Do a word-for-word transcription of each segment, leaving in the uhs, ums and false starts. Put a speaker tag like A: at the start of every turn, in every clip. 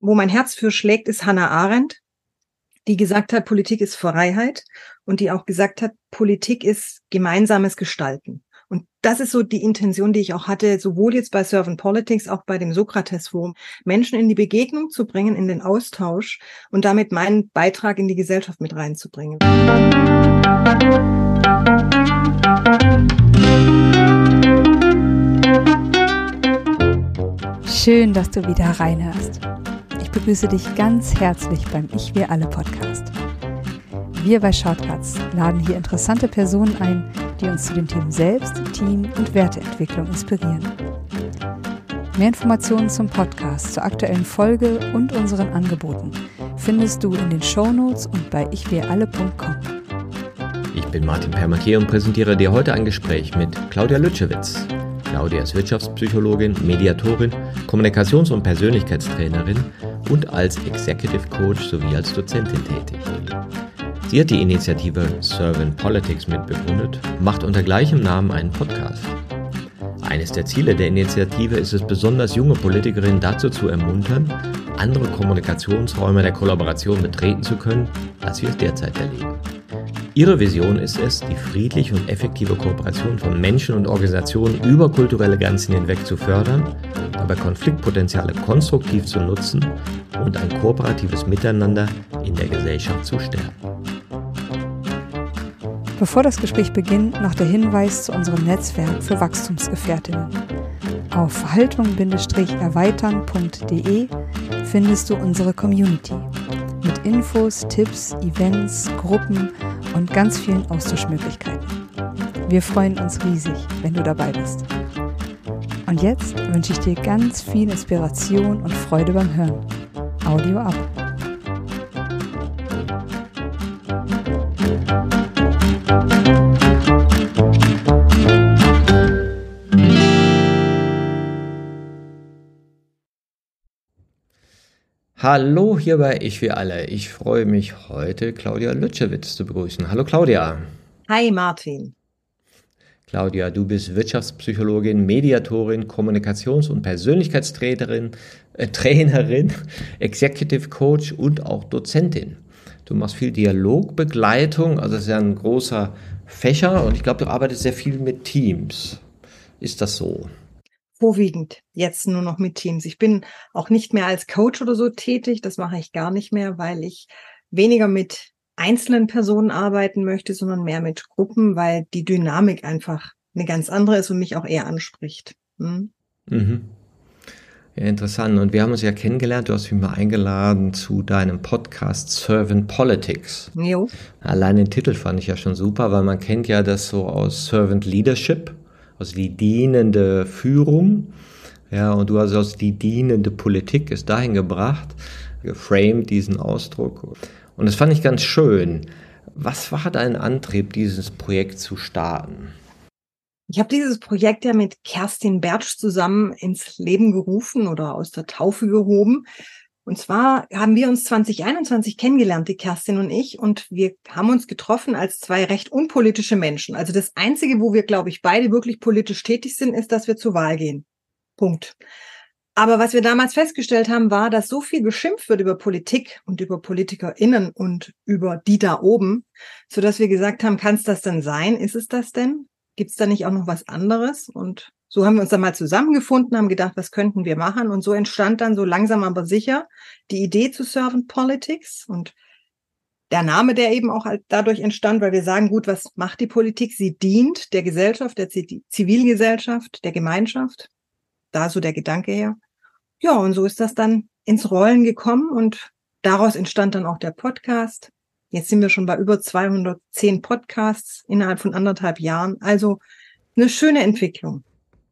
A: wo mein Herz für schlägt, ist Hannah Arendt, die gesagt hat, Politik ist Freiheit und die auch gesagt hat, Politik ist gemeinsames Gestalten. Und das ist so die Intention, die ich auch hatte, sowohl jetzt bei Servant Politics, auch bei dem Sokrates-Forum, Menschen in die Begegnung zu bringen, in den Austausch und damit meinen Beitrag in die Gesellschaft mit reinzubringen.
B: Schön, dass du wieder reinhörst. Ich begrüße dich ganz herzlich beim Ich Wir Alle Podcast. Wir bei Shortcuts laden hier interessante Personen ein, die uns zu den Themen Selbst-, Team- und Werteentwicklung inspirieren. Mehr Informationen zum Podcast, zur aktuellen Folge und unseren Angeboten findest du in den Shownotes und bei ich wir alle punkt com.
C: Ich bin Martin Permakier und präsentiere dir heute ein Gespräch mit Claudia Lütschewitz. Claudia ist Wirtschaftspsychologin, Mediatorin, Kommunikations- und Persönlichkeitstrainerin und als Executive Coach sowie als Dozentin tätig. Sie hat die Initiative Servant Politics mitbegründet und macht unter gleichem Namen einen Podcast. Eines der Ziele der Initiative ist es, besonders junge Politikerinnen dazu zu ermuntern, andere Kommunikationsräume der Kollaboration betreten zu können, als wir es derzeit erleben. Ihre Vision ist es, die friedliche und effektive Kooperation von Menschen und Organisationen über kulturelle Grenzen hinweg zu fördern, dabei Konfliktpotenziale konstruktiv zu nutzen und ein kooperatives Miteinander in der Gesellschaft zu stärken.
B: Bevor das Gespräch beginnt, noch der Hinweis zu unserem Netzwerk für Wachstumsgefährtinnen. Auf verhaltung Bindestrich erweitern punkt de findest du unsere Community mit Infos, Tipps, Events, Gruppen und ganz vielen Austauschmöglichkeiten. Wir freuen uns riesig, wenn du dabei bist. Und jetzt wünsche ich dir ganz viel Inspiration und Freude beim Hören. Audio ab.
C: Hallo hier bei Ich Wir Alle. Ich freue mich heute, Claudia Lütschewitz zu begrüßen. Hallo Claudia.
A: Hi Martin.
C: Claudia, du bist Wirtschaftspsychologin, Mediatorin, Kommunikations- und Persönlichkeitstrainerin, äh, Trainerin, Executive Coach und auch Dozentin. Du machst viel Dialogbegleitung, also das ist ja ein großer Fächer und ich glaube, du arbeitest sehr viel mit Teams. Ist das so?
A: Vorwiegend jetzt nur noch mit Teams. Ich bin auch nicht mehr als Coach oder so tätig. Das mache ich gar nicht mehr, weil ich weniger mit einzelnen Personen arbeiten möchte, sondern mehr mit Gruppen, weil die Dynamik einfach eine ganz andere ist und mich auch eher anspricht. Hm?
C: Mhm. Ja, interessant. Und wir haben uns ja kennengelernt. Du hast mich mal eingeladen zu deinem Podcast Servant Politics.
A: Jo.
C: Allein den Titel fand ich ja schon super, weil man kennt ja das so aus Servant Leadership. Also die dienende Führung, ja, und du hast also die dienende Politik ist dahin gebracht, geframed diesen Ausdruck. Und das fand ich ganz schön. Was war dein Antrieb, dieses Projekt zu starten?
A: Ich habe dieses Projekt ja mit Kerstin Bertsch zusammen ins Leben gerufen oder aus der Taufe gehoben. Und zwar haben wir uns zwanzig einundzwanzig kennengelernt, die Kerstin und ich, und wir haben uns getroffen als zwei recht unpolitische Menschen. Also das Einzige, wo wir, glaube ich, beide wirklich politisch tätig sind, ist, dass wir zur Wahl gehen. Punkt. Aber was wir damals festgestellt haben, war, dass so viel geschimpft wird über Politik und über PolitikerInnen und über die da oben, sodass wir gesagt haben, kann es das denn sein? Ist es das denn? Gibt es da nicht auch noch was anderes? Und so haben wir uns dann mal zusammengefunden, haben gedacht, was könnten wir machen? Und so entstand dann so langsam aber sicher die Idee zu Servant Politics und der Name, der eben auch dadurch entstand, weil wir sagen, gut, was macht die Politik? Sie dient der Gesellschaft, der Zivilgesellschaft, der Gemeinschaft. Da so der Gedanke her. Ja, und so ist das dann ins Rollen gekommen und daraus entstand dann auch der Podcast. Jetzt sind wir schon bei über zweihundertzehn Podcasts innerhalb von anderthalb Jahren. Also eine schöne Entwicklung.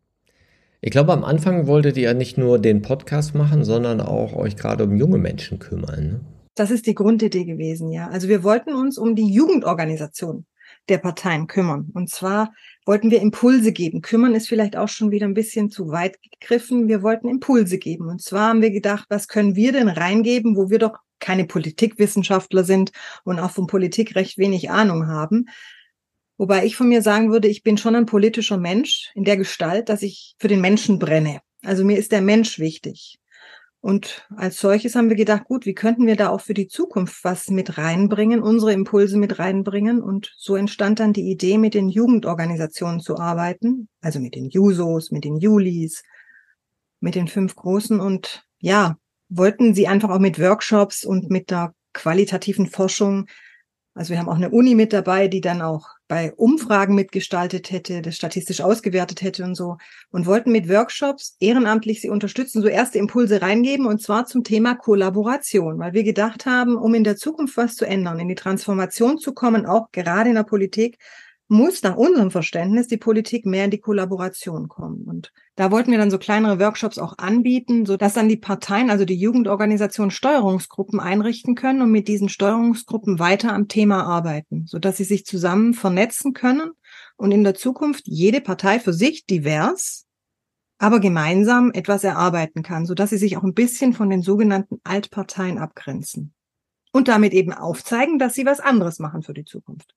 C: Ich glaube, am Anfang wolltet ihr ja nicht nur den Podcast machen, sondern auch euch gerade um junge Menschen kümmern, ne?
A: Das ist die Grundidee gewesen, ja. Also wir wollten uns um die Jugendorganisation der Parteien kümmern. Und zwar wollten wir Impulse geben. Kümmern ist vielleicht auch schon wieder ein bisschen zu weit gegriffen. Wir wollten Impulse geben. Und zwar haben wir gedacht, was können wir denn reingeben, wo wir doch keine Politikwissenschaftler sind und auch von Politik recht wenig Ahnung haben. Wobei ich von mir sagen würde, ich bin schon ein politischer Mensch in der Gestalt, dass ich für den Menschen brenne. Also mir ist der Mensch wichtig. Und als solches haben wir gedacht, gut, wie könnten wir da auch für die Zukunft was mit reinbringen, unsere Impulse mit reinbringen? Und so entstand dann die Idee, mit den Jugendorganisationen zu arbeiten, also mit den Jusos, mit den Julis, mit den fünf Großen und ja, wollten sie einfach auch mit Workshops und mit der qualitativen Forschung. Also wir haben auch eine Uni mit dabei, die dann auch bei Umfragen mitgestaltet hätte, das statistisch ausgewertet hätte und so. Und wollten mit Workshops ehrenamtlich sie unterstützen, so erste Impulse reingeben und zwar zum Thema Kollaboration, weil wir gedacht haben, um in der Zukunft was zu ändern, in die Transformation zu kommen, auch gerade in der Politik, muss nach unserem Verständnis die Politik mehr in die Kollaboration kommen. Und da wollten wir dann so kleinere Workshops auch anbieten, sodass dann die Parteien, also die Jugendorganisationen, Steuerungsgruppen einrichten können und mit diesen Steuerungsgruppen weiter am Thema arbeiten, sodass sie sich zusammen vernetzen können und in der Zukunft jede Partei für sich divers, aber gemeinsam etwas erarbeiten kann, sodass sie sich auch ein bisschen von den sogenannten Altparteien abgrenzen und damit eben aufzeigen, dass sie was anderes machen für die Zukunft.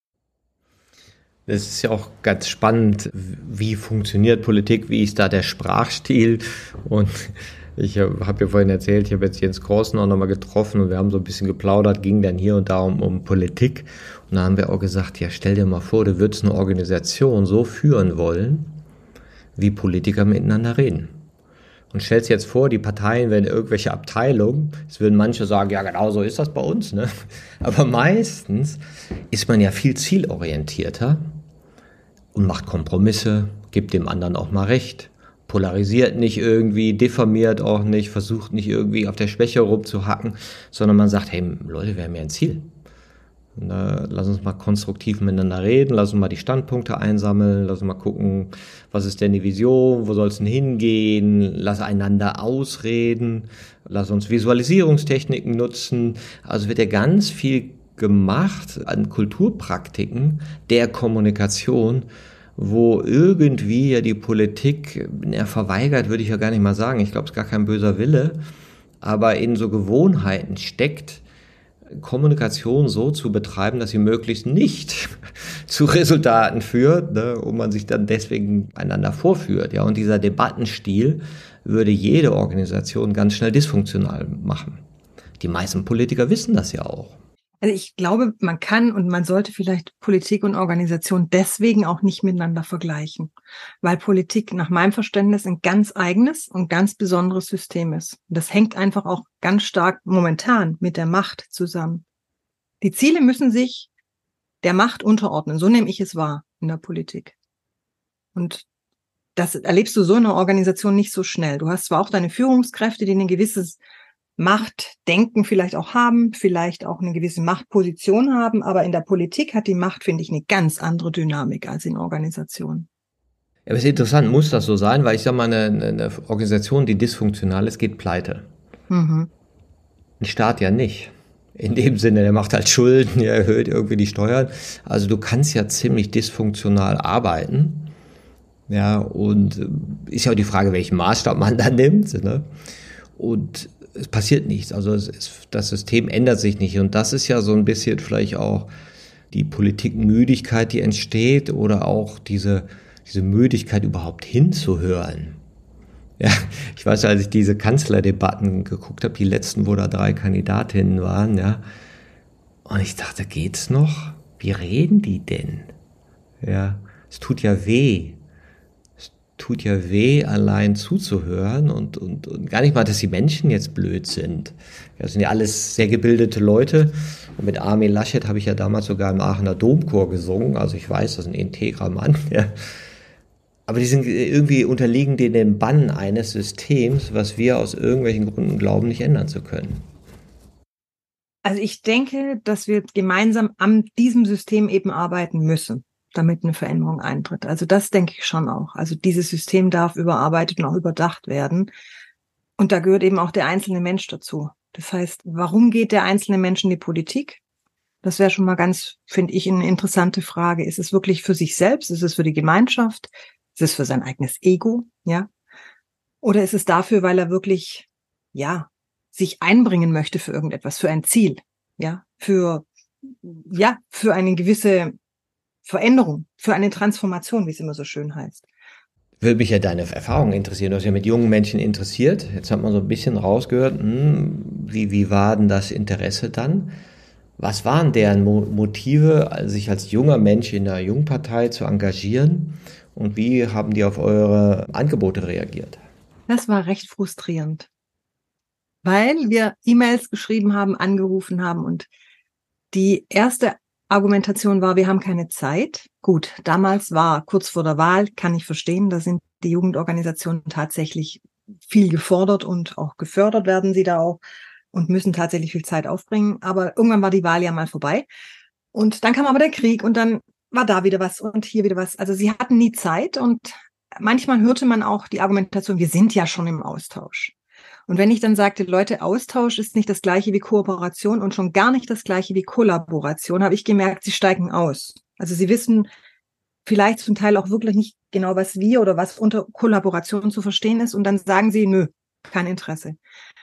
C: Es ist ja auch ganz spannend, wie funktioniert Politik, wie ist da der Sprachstil. Und ich habe ja vorhin erzählt, ich habe jetzt Jens Korsen auch nochmal getroffen und wir haben so ein bisschen geplaudert, ging dann hier und da um, um Politik. Und da haben wir auch gesagt, ja, stell dir mal vor, du würdest eine Organisation so führen wollen, wie Politiker miteinander reden. Und stellst dir jetzt vor, die Parteien werden irgendwelche Abteilungen, es würden manche sagen, ja genau so ist das bei uns, ne? Aber meistens ist man ja viel zielorientierter und macht Kompromisse, gibt dem anderen auch mal recht, polarisiert nicht irgendwie, diffamiert auch nicht, versucht nicht irgendwie auf der Schwäche rumzuhacken, sondern man sagt, hey Leute, wir haben ja ein Ziel. Und, äh, lass uns mal konstruktiv miteinander reden, lass uns mal die Standpunkte einsammeln, lass uns mal gucken, was ist denn die Vision, wo soll es denn hingehen, lass einander ausreden, lass uns Visualisierungstechniken nutzen. Also wird ja ganz viel gemacht an Kulturpraktiken der Kommunikation, wo irgendwie ja die Politik ja, verweigert, würde ich ja gar nicht mal sagen. Ich glaube, es ist gar kein böser Wille, aber in so Gewohnheiten steckt, Kommunikation so zu betreiben, dass sie möglichst nicht zu Resultaten führt, ne, und man sich dann deswegen einander vorführt. Ja, und dieser Debattenstil würde jede Organisation ganz schnell dysfunktional machen. Die meisten Politiker wissen das ja auch.
A: Also ich glaube, man kann und man sollte vielleicht Politik und Organisation deswegen auch nicht miteinander vergleichen, weil Politik nach meinem Verständnis ein ganz eigenes und ganz besonderes System ist. Und das hängt einfach auch ganz stark momentan mit der Macht zusammen. Die Ziele müssen sich der Macht unterordnen, so nehme ich es wahr in der Politik. Und das erlebst du so in einer Organisation nicht so schnell. Du hast zwar auch deine Führungskräfte, die ein gewisses Machtdenken vielleicht auch haben, vielleicht auch eine gewisse Machtposition haben, aber in der Politik hat die Macht, finde ich, eine ganz andere Dynamik als in Organisationen.
C: Ja, aber es ist interessant, muss das so sein, weil ich sage mal, eine, eine Organisation, die dysfunktional ist, geht pleite. Mhm. Ein Staat ja nicht. In dem Sinne, der macht halt Schulden, der erhöht irgendwie die Steuern. Also du kannst ja ziemlich dysfunktional arbeiten. Ja, und ist ja auch die Frage, welchen Maßstab man da nimmt, ne? Und es passiert nichts, also es ist, das System ändert sich nicht und das ist ja so ein bisschen vielleicht auch die Politikmüdigkeit, die entsteht oder auch diese, diese Müdigkeit überhaupt hinzuhören. Ja, ich weiß, als ich diese Kanzlerdebatten geguckt habe, die letzten, wo da drei Kandidatinnen waren, ja, und ich dachte, geht's noch? Wie reden die denn? Ja, es tut ja weh. Tut ja weh, allein zuzuhören und, und, und gar nicht mal, dass die Menschen jetzt blöd sind. Das sind ja alles sehr gebildete Leute. Und mit Armin Laschet habe ich ja damals sogar im Aachener Domchor gesungen. Also ich weiß, das ist ein integrer Mann. Ja. Aber die sind irgendwie unterliegen dem Bann eines Systems, was wir aus irgendwelchen Gründen glauben, nicht ändern zu können.
A: Also ich denke, dass wir gemeinsam an diesem System eben arbeiten müssen, damit eine Veränderung eintritt. Also das denke ich schon auch. Also dieses System darf überarbeitet und auch überdacht werden. Und da gehört eben auch der einzelne Mensch dazu. Das heißt, warum geht der einzelne Mensch in die Politik? Das wäre schon mal ganz, finde ich, eine interessante Frage. Ist es wirklich für sich selbst? Ist es für die Gemeinschaft? Ist es für sein eigenes Ego? Ja. Oder ist es dafür, weil er wirklich, ja, sich einbringen möchte für irgendetwas, für ein Ziel? Ja, für, ja, für eine gewisse Veränderung, für eine Transformation, wie es immer so schön heißt.
C: Würde mich ja deine Erfahrung interessieren. Du hast ja mit jungen Menschen interessiert. Jetzt hat man so ein bisschen rausgehört, hm, wie, wie war denn das Interesse dann? Was waren deren Mo- Motive, sich als junger Mensch in der Jungpartei zu engagieren? Und wie haben die auf eure Angebote reagiert?
A: Das war recht frustrierend, weil wir E-Mails geschrieben haben, angerufen haben und die erste Argumentation war, wir haben keine Zeit. Gut, damals war kurz vor der Wahl, kann ich verstehen, da sind die Jugendorganisationen tatsächlich viel gefordert und auch gefördert werden sie da auch und müssen tatsächlich viel Zeit aufbringen. Aber irgendwann war die Wahl ja mal vorbei und dann kam aber der Krieg und dann war da wieder was und hier wieder was. Also sie hatten nie Zeit und manchmal hörte man auch die Argumentation, wir sind ja schon im Austausch. Und wenn ich dann sagte, Leute, Austausch ist nicht das gleiche wie Kooperation und schon gar nicht das gleiche wie Kollaboration, habe ich gemerkt, sie steigen aus. Also sie wissen vielleicht zum Teil auch wirklich nicht genau, was wir oder was unter Kollaboration zu verstehen ist. Und dann sagen sie, nö, kein Interesse.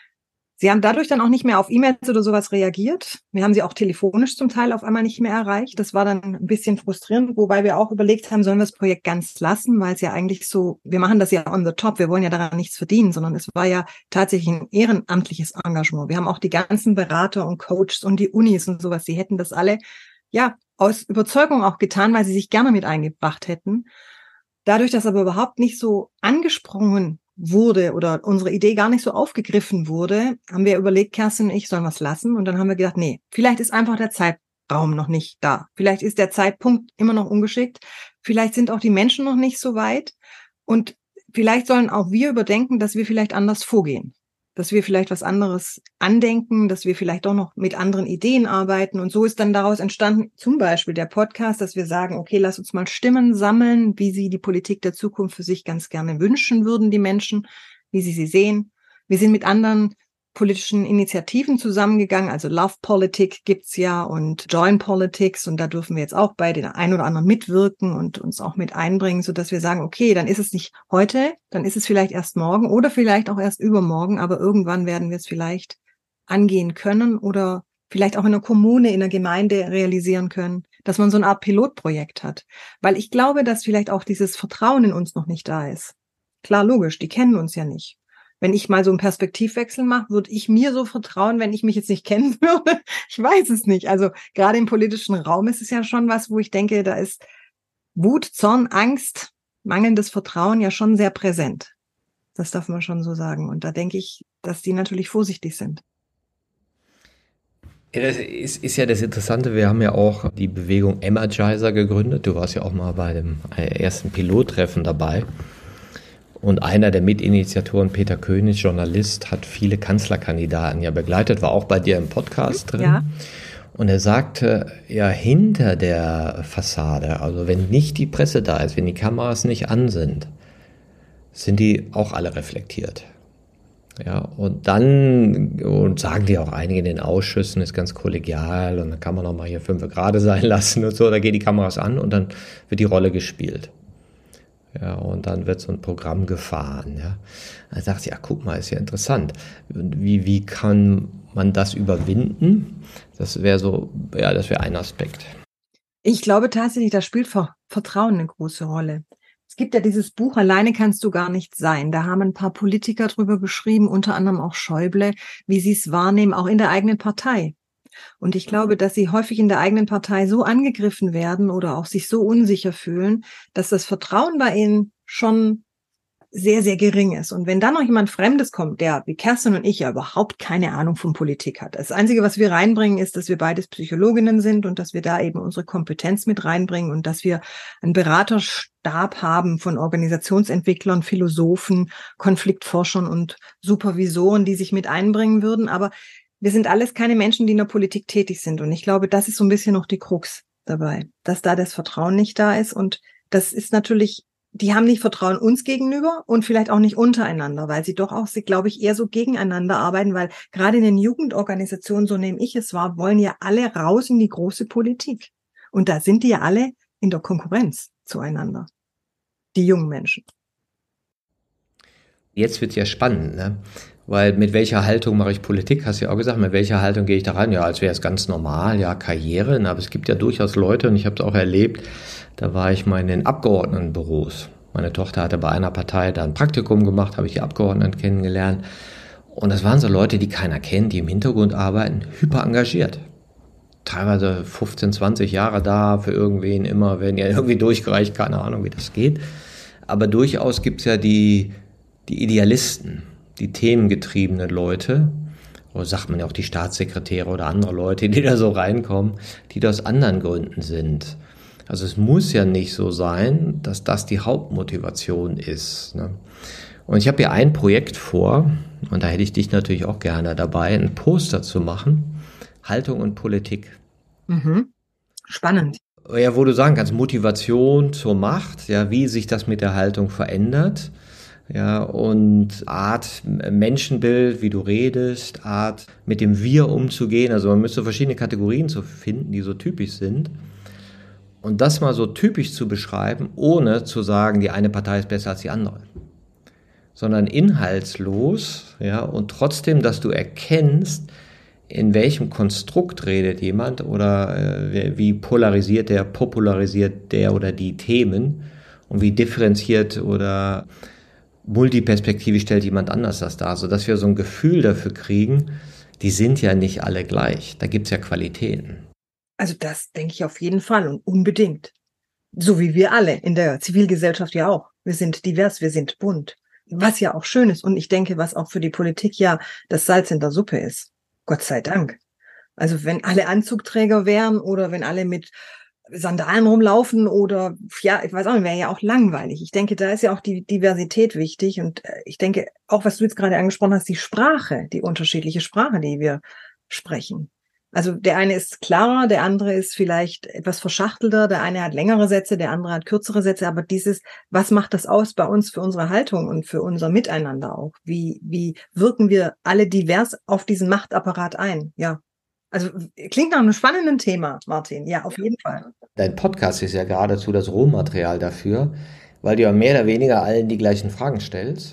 A: Sie haben dadurch dann auch nicht mehr auf E-Mails oder sowas reagiert. Wir haben sie auch telefonisch zum Teil auf einmal nicht mehr erreicht. Das war dann ein bisschen frustrierend, wobei wir auch überlegt haben, sollen wir das Projekt ganz lassen, weil es ja eigentlich so, wir machen das ja on the top, wir wollen ja daran nichts verdienen, sondern es war ja tatsächlich ein ehrenamtliches Engagement. Wir haben auch die ganzen Berater und Coaches und die Unis und sowas, die hätten das alle, ja, aus Überzeugung auch getan, weil sie sich gerne mit eingebracht hätten. Dadurch, dass aber überhaupt nicht so angesprochen wurde oder unsere Idee gar nicht so aufgegriffen wurde, haben wir überlegt, Kerstin und ich, sollen wir es lassen? Und dann haben wir gedacht, nee, vielleicht ist einfach der Zeitraum noch nicht da. Vielleicht ist der Zeitpunkt immer noch ungeschickt. Vielleicht sind auch die Menschen noch nicht so weit. Und vielleicht sollen auch wir überdenken, dass wir vielleicht anders vorgehen. Dass wir vielleicht was anderes andenken, dass wir vielleicht auch noch mit anderen Ideen arbeiten. Und so ist dann daraus entstanden, zum Beispiel der Podcast, dass wir sagen, okay, lass uns mal Stimmen sammeln, wie sie die Politik der Zukunft für sich ganz gerne wünschen würden, die Menschen, wie sie sie sehen. Wir sind mit anderen politischen Initiativen zusammengegangen, also Love Politik gibt's ja und Join Politics und da dürfen wir jetzt auch bei den ein oder anderen mitwirken und uns auch mit einbringen, so dass wir sagen, okay, dann ist es nicht heute, dann ist es vielleicht erst morgen oder vielleicht auch erst übermorgen, aber irgendwann werden wir es vielleicht angehen können oder vielleicht auch in einer Kommune, in einer Gemeinde realisieren können, dass man so eine Art Pilotprojekt hat, weil ich glaube, dass vielleicht auch dieses Vertrauen in uns noch nicht da ist. Klar, logisch, die kennen uns ja nicht. Wenn ich mal so einen Perspektivwechsel mache, würde ich mir so vertrauen, wenn ich mich jetzt nicht kennen würde? Ich weiß es nicht. Also gerade im politischen Raum ist es ja schon was, wo ich denke, da ist Wut, Zorn, Angst, mangelndes Vertrauen ja schon sehr präsent. Das darf man schon so sagen. Und da denke ich, dass die natürlich vorsichtig sind.
C: Ja, das ist, ist ja das Interessante, wir haben ja auch die Bewegung Energizer gegründet. Du warst ja auch mal bei dem ersten Pilottreffen dabei. Und einer der Mitinitiatoren, Peter König, Journalist, hat viele Kanzlerkandidaten ja begleitet, war auch bei dir im Podcast drin. Ja. Und er sagte, ja, hinter der Fassade, also wenn nicht die Presse da ist, wenn die Kameras nicht an sind, sind die auch alle reflektiert. Ja, und dann, und sagen die auch einige in den Ausschüssen, ist ganz kollegial und dann kann man auch mal hier fünf gerade sein lassen und so, da gehen die Kameras an und dann wird die Rolle gespielt. Ja, und dann wird so ein Programm gefahren, ja. Dann sagt sie, ja, guck mal, ist ja interessant. Wie, wie kann man das überwinden? Das wäre so, ja, das wäre ein Aspekt.
A: Ich glaube tatsächlich, da spielt Vertrauen eine große Rolle. Es gibt ja dieses Buch, Alleine kannst du gar nicht sein. Da haben ein paar Politiker drüber geschrieben, unter anderem auch Schäuble, wie sie es wahrnehmen, auch in der eigenen Partei. Und ich glaube, dass sie häufig in der eigenen Partei so angegriffen werden oder auch sich so unsicher fühlen, dass das Vertrauen bei ihnen schon sehr, sehr gering ist. Und wenn dann noch jemand Fremdes kommt, der wie Kerstin und ich ja überhaupt keine Ahnung von Politik hat. Das Einzige, was wir reinbringen, ist, dass wir beides Psychologinnen sind und dass wir da eben unsere Kompetenz mit reinbringen und dass wir einen Beraterstab haben von Organisationsentwicklern, Philosophen, Konfliktforschern und Supervisoren, die sich mit einbringen würden. Aber wir sind alles keine Menschen, die in der Politik tätig sind. Und ich glaube, das ist so ein bisschen noch die Krux dabei, dass da das Vertrauen nicht da ist. Und das ist natürlich, die haben nicht Vertrauen uns gegenüber und vielleicht auch nicht untereinander, weil sie doch auch, glaube ich, eher so gegeneinander arbeiten, weil gerade in den Jugendorganisationen, so nehme ich es wahr, wollen ja alle raus in die große Politik. Und da sind die ja alle in der Konkurrenz zueinander, die jungen Menschen.
C: Jetzt wird es ja spannend, ne? Weil mit welcher Haltung mache ich Politik, hast du ja auch gesagt, mit welcher Haltung gehe ich da rein? Ja, als wäre es ganz normal, ja, Karriere, aber es gibt ja durchaus Leute, und ich habe es auch erlebt, da war ich mal in den Abgeordnetenbüros Meine Tochter hatte bei einer Partei da ein Praktikum gemacht, habe ich die Abgeordneten kennengelernt. Und das waren so Leute, die keiner kennt, die im Hintergrund arbeiten, hyper engagiert. Teilweise fünfzehn, zwanzig Jahre da für irgendwen, immer werden ja irgendwie durchgereicht, keine Ahnung, wie das geht. Aber durchaus gibt es ja die, die Idealisten, die themengetriebenen Leute, oder sagt man ja auch die Staatssekretäre oder andere Leute, die da so reinkommen, die da aus anderen Gründen sind. Also es muss ja nicht so sein, dass das die Hauptmotivation ist, ne? Und ich habe hier ein Projekt vor, und da hätte ich dich natürlich auch gerne dabei, ein Poster zu machen, Haltung und Politik.
A: Mhm. Spannend.
C: Ja, wo du sagen kannst, Motivation zur Macht, ja, wie sich das mit der Haltung verändert, ja, und Art, Menschenbild, wie du redest, Art, mit dem Wir umzugehen. Also man müsste verschiedene Kategorien zu finden, die so typisch sind. Und das mal so typisch zu beschreiben, ohne zu sagen, die eine Partei ist besser als die andere. Sondern inhaltslos, ja, und trotzdem, dass du erkennst, in welchem Konstrukt redet jemand oder äh, wie polarisiert der, popularisiert der oder die Themen und wie differenziert oder multiperspektivisch stellt jemand anders das dar, sodass wir so ein Gefühl dafür kriegen, die sind ja nicht alle gleich, da gibt's ja Qualitäten.
A: Also das denke ich auf jeden Fall und unbedingt. So wie wir alle in der Zivilgesellschaft ja auch. Wir sind divers, wir sind bunt. Was ja auch schön ist und ich denke, was auch für die Politik ja das Salz in der Suppe ist. Gott sei Dank. Also wenn alle Anzugträger wären oder wenn alle mit Sandalen rumlaufen oder, ja, ich weiß auch nicht, wäre ja auch langweilig. Ich denke, da ist ja auch die Diversität wichtig und ich denke, auch was du jetzt gerade angesprochen hast, die Sprache, die unterschiedliche Sprache, die wir sprechen. Also der eine ist klarer, der andere ist vielleicht etwas verschachtelter, der eine hat längere Sätze, der andere hat kürzere Sätze, aber dieses, was macht das aus bei uns für unsere Haltung und für unser Miteinander auch? Wie, wie wirken wir alle divers auf diesen Machtapparat ein? Ja. Also klingt nach einem spannenden Thema, Martin. Ja, auf jeden Fall.
C: Dein Podcast ist ja geradezu das Rohmaterial dafür, weil du ja mehr oder weniger allen die gleichen Fragen stellst.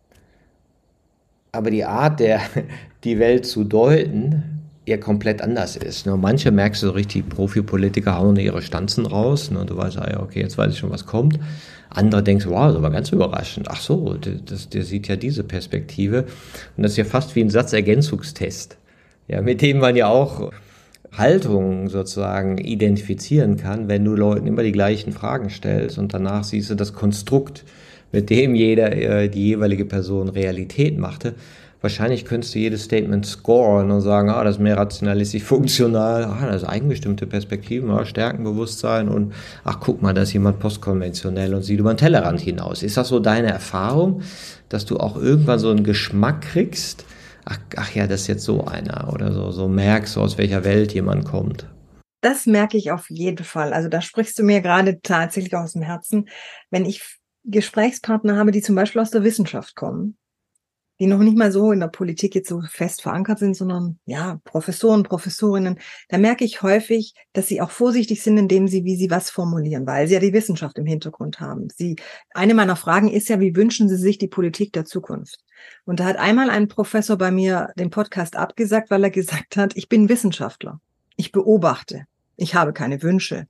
C: Aber die Art, der, die Welt zu deuten, ja komplett anders ist. Ne? Manche merkst du so richtig, Profi-Politiker hauen ihre Stanzen raus, ne? Und du weißt, ah ja, okay, jetzt weiß ich schon, was kommt. Andere denkst, wow, das war ganz überraschend. Ach so, das, der sieht ja diese Perspektive. Und das ist ja fast wie ein Satzergänzungstest, ja, mit dem man ja auch Haltung sozusagen identifizieren kann, wenn du Leuten immer die gleichen Fragen stellst und danach siehst du das Konstrukt, mit dem jeder äh, die jeweilige Person Realität machte. Wahrscheinlich könntest du jedes Statement scoren und sagen, ah, das ist mehr rationalistisch funktional, ah, das ist eigenbestimmte Perspektiven, ah, Stärkenbewusstsein und ach, guck mal, da ist jemand postkonventionell und sieht über den Tellerrand hinaus. Ist das so deine Erfahrung, dass du auch irgendwann so einen Geschmack kriegst? Ach, ach ja, das ist jetzt so einer oder so, so merkst du, aus welcher Welt jemand kommt.
A: Das merke ich auf jeden Fall. Also da sprichst du mir gerade tatsächlich aus dem Herzen. Wenn ich Gesprächspartner habe, die zum Beispiel aus der Wissenschaft kommen, die noch nicht mal so in der Politik jetzt so fest verankert sind, sondern ja, Professoren, Professorinnen, da merke ich häufig, dass sie auch vorsichtig sind, indem sie, wie sie was formulieren, weil sie ja die Wissenschaft im Hintergrund haben. Sie, eine meiner Fragen ist ja, wie wünschen Sie sich die Politik der Zukunft? Und da hat einmal ein Professor bei mir den Podcast abgesagt, weil er gesagt hat, ich bin Wissenschaftler. Ich beobachte. Ich habe keine Wünsche.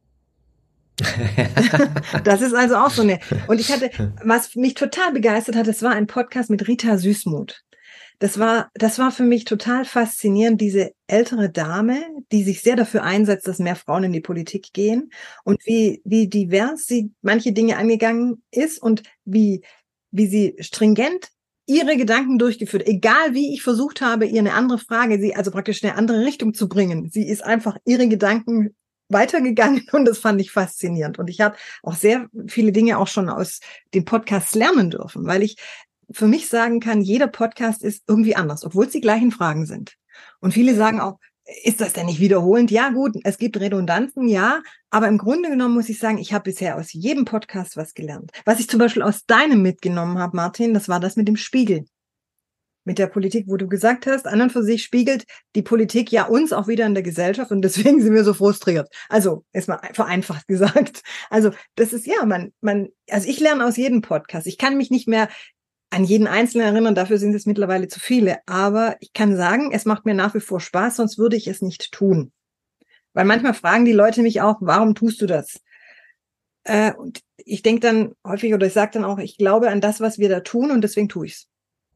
A: Das ist also auch so eine, und ich hatte, was mich total begeistert hat, das war ein Podcast mit Rita Süßmuth. Das war, das war für mich total faszinierend, diese ältere Dame, die sich sehr dafür einsetzt, dass mehr Frauen in die Politik gehen und wie, wie divers sie manche Dinge angegangen ist und wie, wie sie stringent ihre Gedanken durchgeführt, egal wie ich versucht habe, ihr eine andere Frage, sie also praktisch in eine andere Richtung zu bringen. Sie ist einfach ihre Gedanken weitergegangen und das fand ich faszinierend. Und ich habe auch sehr viele Dinge auch schon aus den Podcasts lernen dürfen, weil ich für mich sagen kann, jeder Podcast ist irgendwie anders, obwohl es die gleichen Fragen sind. Und viele sagen auch, ist das denn nicht wiederholend? Ja gut, es gibt Redundanzen, ja, aber im Grunde genommen muss ich sagen, ich habe bisher aus jedem Podcast was gelernt. Was ich zum Beispiel aus deinem mitgenommen habe, Martin, das war das mit dem Spiegel. Mit der Politik, wo du gesagt hast, an und für sich spiegelt die Politik ja uns auch wieder in der Gesellschaft und deswegen sind wir so frustriert. Also, erstmal vereinfacht gesagt. Also, das ist ja, man, man, also ich lerne aus jedem Podcast. Ich kann mich nicht mehr an jeden Einzelnen erinnern, dafür sind es mittlerweile zu viele. Aber ich kann sagen, es macht mir nach wie vor Spaß, sonst würde ich es nicht tun. Weil manchmal fragen die Leute mich auch, warum tust du das? Äh, und ich denke dann häufig oder ich sage dann auch, ich glaube an das, was wir da tun und deswegen tue ich's.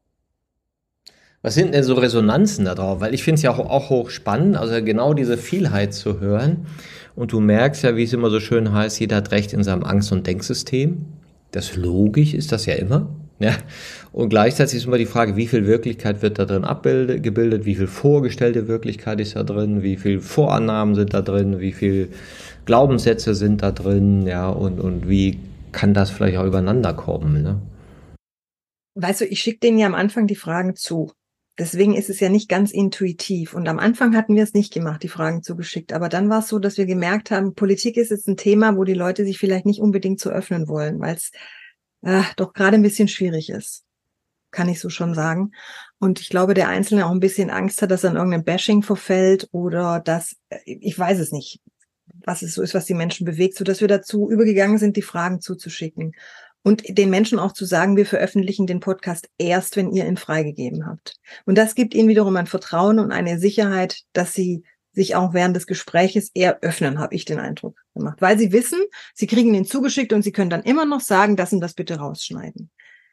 C: Was sind denn so Resonanzen da drauf? Weil ich finde es ja auch, auch hochspannend, also genau diese Vielheit zu hören. Und du merkst ja, wie es immer so schön heißt, jeder hat Recht in seinem Angst- und Denksystem. Das logisch ist das ja immer. Ja. Und gleichzeitig ist immer die Frage, wie viel Wirklichkeit wird da drin abgebildet, wie viel vorgestellte Wirklichkeit ist da drin, wie viel Vorannahmen sind da drin, wie viel Glaubenssätze sind da drin, ja, und, und wie kann das vielleicht auch übereinander kommen, ne?
A: Weißt du, ich schicke denen ja am Anfang die Fragen zu. Deswegen ist es ja nicht ganz intuitiv. Und am Anfang hatten wir es nicht gemacht, die Fragen zugeschickt. Aber dann war es so, dass wir gemerkt haben, Politik ist jetzt ein Thema, wo die Leute sich vielleicht nicht unbedingt so öffnen wollen, weil es äh, doch gerade ein bisschen schwierig ist. Kann ich so schon sagen. Und ich glaube, der Einzelne auch ein bisschen Angst hat, dass er in irgendein Bashing verfällt oder dass, ich weiß es nicht, was es so ist, was die Menschen bewegt, sodass wir dazu übergegangen sind, die Fragen zuzuschicken. Und den Menschen auch zu sagen, wir veröffentlichen den Podcast erst, wenn ihr ihn freigegeben habt. Und das gibt ihnen wiederum ein Vertrauen und eine Sicherheit, dass sie sich auch während des Gespräches eher öffnen, habe ich den Eindruck gemacht. Weil sie wissen, sie kriegen ihn zugeschickt und sie können dann immer noch sagen, das und das bitte rausschneiden.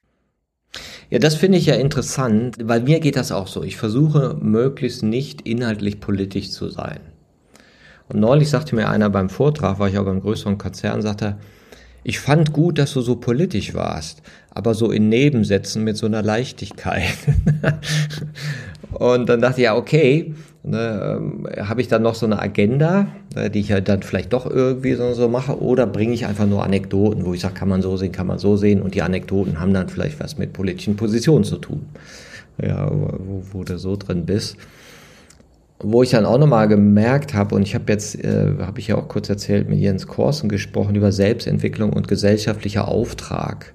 C: Ja, das finde ich ja interessant, weil mir geht das auch so. Ich versuche möglichst nicht inhaltlich politisch zu sein. Und neulich sagte mir einer beim Vortrag, war ich auch beim größeren Konzern, sagte, ich fand gut, dass du so politisch warst, aber so in Nebensätzen mit so einer Leichtigkeit. Und dann dachte ich, ja, okay, ne, äh, habe ich dann noch so eine Agenda, äh, die ich ja dann vielleicht doch irgendwie so, so mache, oder bringe ich einfach nur Anekdoten, wo ich sage, kann man so sehen, kann man so sehen, und die Anekdoten haben dann vielleicht was mit politischen Positionen zu tun, ja, wo, wo du so drin bist. Wo ich dann auch nochmal gemerkt habe, und ich habe jetzt, äh, habe ich ja auch kurz erzählt, mit Jens Korsen gesprochen über Selbstentwicklung und gesellschaftlicher Auftrag.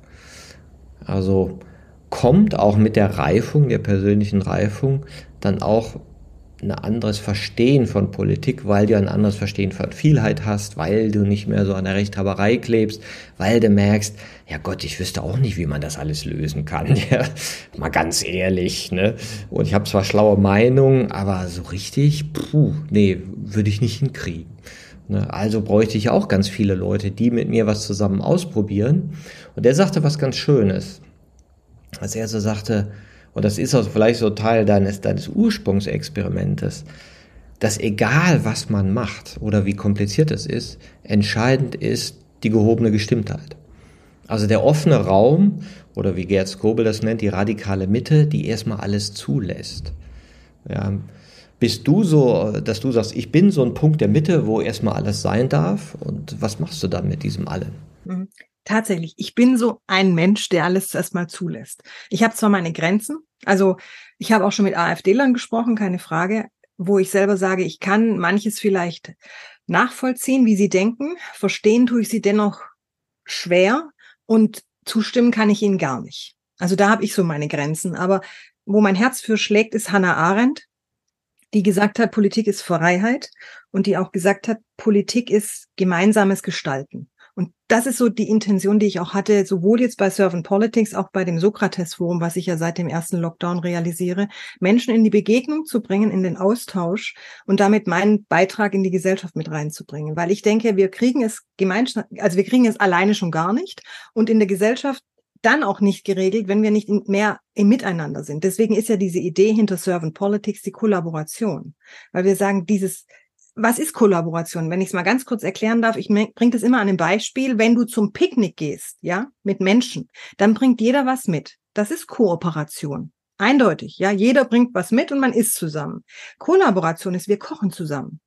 C: Also kommt auch mit der Reifung, der persönlichen Reifung, dann auch ein anderes Verstehen von Politik, weil du ein anderes Verstehen von Vielheit hast, weil du nicht mehr so an der Rechthaberei klebst, weil du merkst, ja Gott, ich wüsste auch nicht, wie man das alles lösen kann, ja, mal ganz ehrlich, ne? Und ich habe zwar schlaue Meinungen, aber so richtig, puh, nee, würde ich nicht hinkriegen. Ne? Also bräuchte ich auch ganz viele Leute, die mit mir was zusammen ausprobieren. Und der sagte was ganz Schönes, als er so sagte, und das ist auch vielleicht so Teil deines, deines Ursprungsexperimentes, dass egal, was man macht oder wie kompliziert es ist, entscheidend ist die gehobene Gestimmtheit. Also der offene Raum, oder wie Gerd Skobel das nennt, die radikale Mitte, die erstmal alles zulässt. Ja, bist du so, dass du sagst, ich bin so ein Punkt der Mitte, wo erstmal alles sein darf? Und was machst du dann mit diesem Allen?
A: Mhm. Tatsächlich, ich bin so ein Mensch, der alles erstmal zulässt. Ich habe zwar meine Grenzen, also ich habe auch schon mit AfD-Lern gesprochen, keine Frage, wo ich selber sage, ich kann manches vielleicht nachvollziehen, wie sie denken, verstehen tue ich sie dennoch schwer und zustimmen kann ich ihnen gar nicht. Also da habe ich so meine Grenzen, aber wo mein Herz für schlägt, ist Hannah Arendt, die gesagt hat, Politik ist Freiheit und die auch gesagt hat, Politik ist gemeinsames Gestalten. Und das ist so die Intention, die ich auch hatte, sowohl jetzt bei Servant Politics, auch bei dem Sokrates-Forum, was ich ja seit dem ersten Lockdown realisiere, Menschen in die Begegnung zu bringen, in den Austausch und damit meinen Beitrag in die Gesellschaft mit reinzubringen. Weil ich denke, wir kriegen es gemeinschaftlich, also wir kriegen es alleine schon gar nicht und in der Gesellschaft dann auch nicht geregelt, wenn wir nicht mehr im Miteinander sind. Deswegen ist ja diese Idee hinter Servant Politics die Kollaboration. Weil wir sagen, dieses Was ist Kollaboration? Wenn ich es mal ganz kurz erklären darf, ich bringe das immer an einem Beispiel. Wenn du zum Picknick gehst, ja, mit Menschen, dann bringt jeder was mit. Das ist Kooperation. Eindeutig, ja. Jeder bringt was mit und man isst zusammen. Kollaboration ist, wir kochen zusammen.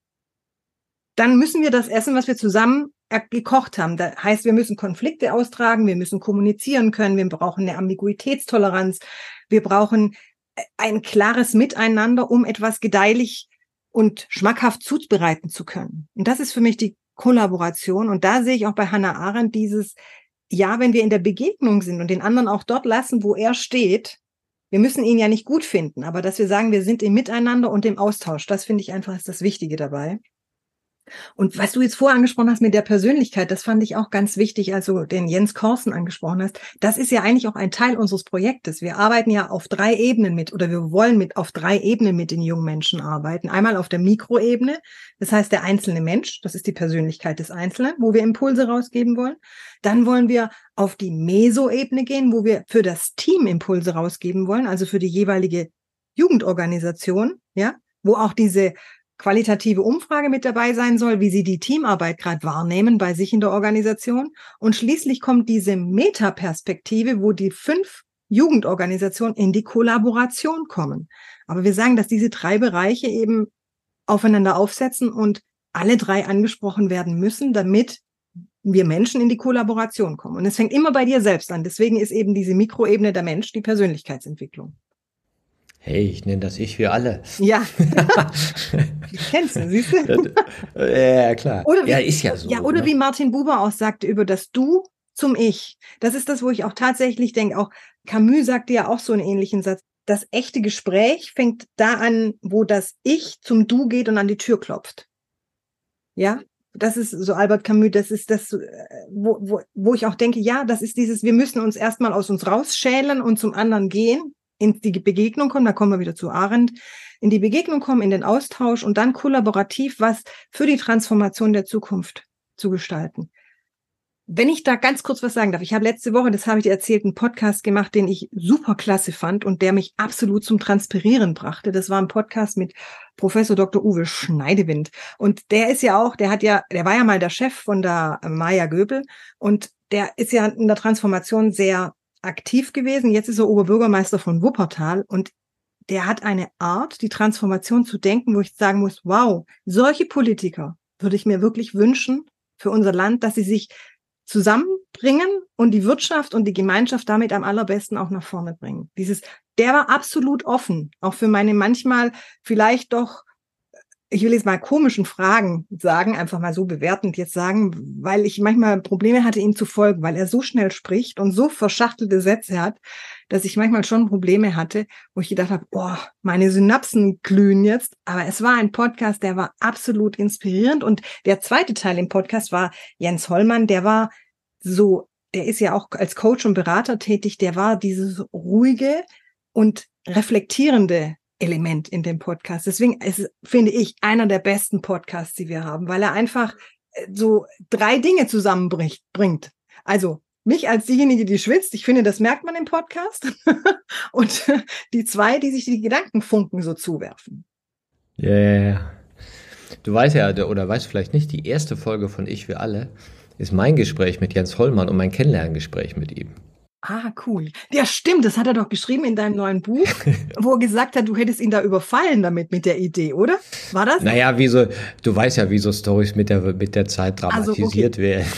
A: Dann müssen wir das essen, was wir zusammen gekocht haben. Das heißt, wir müssen Konflikte austragen, wir müssen kommunizieren können, wir brauchen eine Ambiguitätstoleranz, wir brauchen ein klares Miteinander, um etwas gedeihlich und schmackhaft zubereiten zu können. Und das ist für mich die Kollaboration. Und da sehe ich auch bei Hannah Arendt dieses, ja, wenn wir in der Begegnung sind und den anderen auch dort lassen, wo er steht, wir müssen ihn ja nicht gut finden, aber dass wir sagen, wir sind im Miteinander und im Austausch, das finde ich einfach ist das Wichtige dabei. Und was du jetzt vorher angesprochen hast mit der Persönlichkeit, das fand ich auch ganz wichtig, als du den Jens Korsen angesprochen hast. Das ist ja eigentlich auch ein Teil unseres Projektes. Wir arbeiten ja auf drei Ebenen mit oder wir wollen mit auf drei Ebenen mit den jungen Menschen arbeiten. Einmal auf der Mikroebene, das heißt der einzelne Mensch, das ist die Persönlichkeit des Einzelnen, wo wir Impulse rausgeben wollen. Dann wollen wir auf die Mesoebene gehen, wo wir für das Team Impulse rausgeben wollen, also für die jeweilige Jugendorganisation, ja, wo auch diese qualitative Umfrage mit dabei sein soll, wie sie die Teamarbeit gerade wahrnehmen bei sich in der Organisation. Und schließlich kommt diese Metaperspektive, wo die fünf Jugendorganisationen in die Kollaboration kommen. Aber wir sagen, dass diese drei Bereiche eben aufeinander aufsetzen und alle drei angesprochen werden müssen, damit wir Menschen in die Kollaboration kommen. Und es fängt immer bei dir selbst an. Deswegen ist eben diese Mikroebene der Mensch die Persönlichkeitsentwicklung.
C: Hey, ich nenne das Ich für alle.
A: Ja. Kennst du, siehst du?
C: Ja, klar.
A: Oder wie,
C: ja, ist ja so.
A: Ja, oder
C: ne?
A: wie Martin Buber auch sagte, über das Du zum Ich. Das ist das, wo ich auch tatsächlich denke, auch Camus sagte ja auch so einen ähnlichen Satz. Das echte Gespräch fängt da an, wo das Ich zum Du geht und an die Tür klopft. Ja, das ist so Albert Camus, das ist das, wo, wo, wo ich auch denke, ja, das ist dieses, wir müssen uns erstmal aus uns rausschälen und zum anderen gehen, in die Begegnung kommen, da kommen wir wieder zu Arendt, in die Begegnung kommen, in den Austausch und dann kollaborativ was für die Transformation der Zukunft zu gestalten. Wenn ich da ganz kurz was sagen darf, ich habe letzte Woche, das habe ich dir erzählt, einen Podcast gemacht, den ich super klasse fand und der mich absolut zum Transpirieren brachte. Das war ein Podcast mit Professor Doktor Uwe Schneidewind. Und der ist ja auch, der hat ja, der war ja mal der Chef von der Maya Göbel und der ist ja in der Transformation sehr aktiv gewesen. Jetzt ist er Oberbürgermeister von Wuppertal und der hat eine Art, die Transformation zu denken, wo ich sagen muss, wow, solche Politiker würde ich mir wirklich wünschen für unser Land, dass sie sich zusammenbringen und die Wirtschaft und die Gemeinschaft damit am allerbesten auch nach vorne bringen. Dieses, der war absolut offen, auch für meine manchmal vielleicht doch, ich will jetzt mal komischen Fragen sagen, einfach mal so bewertend jetzt sagen, weil ich manchmal Probleme hatte, ihm zu folgen, weil er so schnell spricht und so verschachtelte Sätze hat, dass ich manchmal schon Probleme hatte, wo ich gedacht habe, oh, meine Synapsen glühen jetzt. Aber es war ein Podcast, der war absolut inspirierend. Und der zweite Teil im Podcast war Jens Hollmann, der war so, der ist ja auch als Coach und Berater tätig, der war dieses ruhige und reflektierende Element in dem Podcast. Deswegen ist es, finde ich, einer der besten Podcasts, die wir haben, weil er einfach so drei Dinge zusammenbringt. Also mich als diejenige, die schwitzt, ich finde, das merkt man im Podcast. Und die zwei, die sich die Gedankenfunken so zuwerfen.
C: Ja, yeah, yeah. Du weißt ja, oder weißt vielleicht nicht, die erste Folge von Ich für alle ist mein Gespräch mit Jens Hollmann und mein Kennenlerngespräch mit ihm.
A: Ah, cool. Ja, stimmt, das hat er doch geschrieben in deinem neuen Buch, wo er gesagt hat, du hättest ihn da überfallen damit, mit der Idee, oder? War das?
C: Naja, wie so, du weißt ja, wie so Storys mit der, mit der Zeit dramatisiert also, okay. werden.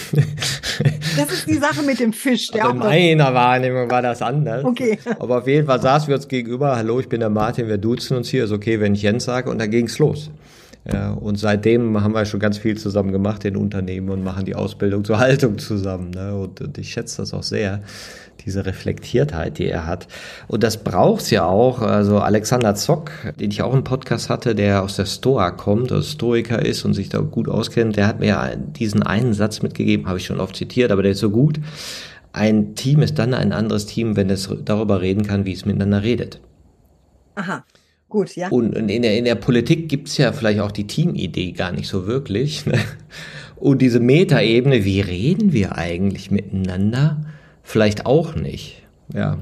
A: Das ist die Sache mit dem Fisch. Der
C: also in meiner Wahrnehmung war das anders.
A: Okay.
C: Aber auf jeden Fall saßen wir uns gegenüber, hallo, ich bin der Martin, wir duzen uns hier, ist okay, wenn ich Jens sage, und dann ging's los. Ja, und seitdem haben wir schon ganz viel zusammen gemacht in Unternehmen und machen die Ausbildung zur Haltung zusammen. Ne? Und, und ich schätze das auch sehr, diese Reflektiertheit, die er hat. Und das braucht's ja auch. Also Alexander Zock, den ich auch im Podcast hatte, der aus der Stoa kommt, also Stoiker ist und sich da gut auskennt, der hat mir diesen einen Satz mitgegeben, habe ich schon oft zitiert, aber der ist so gut. Ein Team ist dann ein anderes Team, wenn es darüber reden kann, wie es miteinander redet.
A: Aha. Gut, ja.
C: Und in der, in der Politik gibt's ja vielleicht auch die Teamidee gar nicht so wirklich. Und diese Metaebene, wie reden wir eigentlich miteinander? Vielleicht auch nicht. Ja.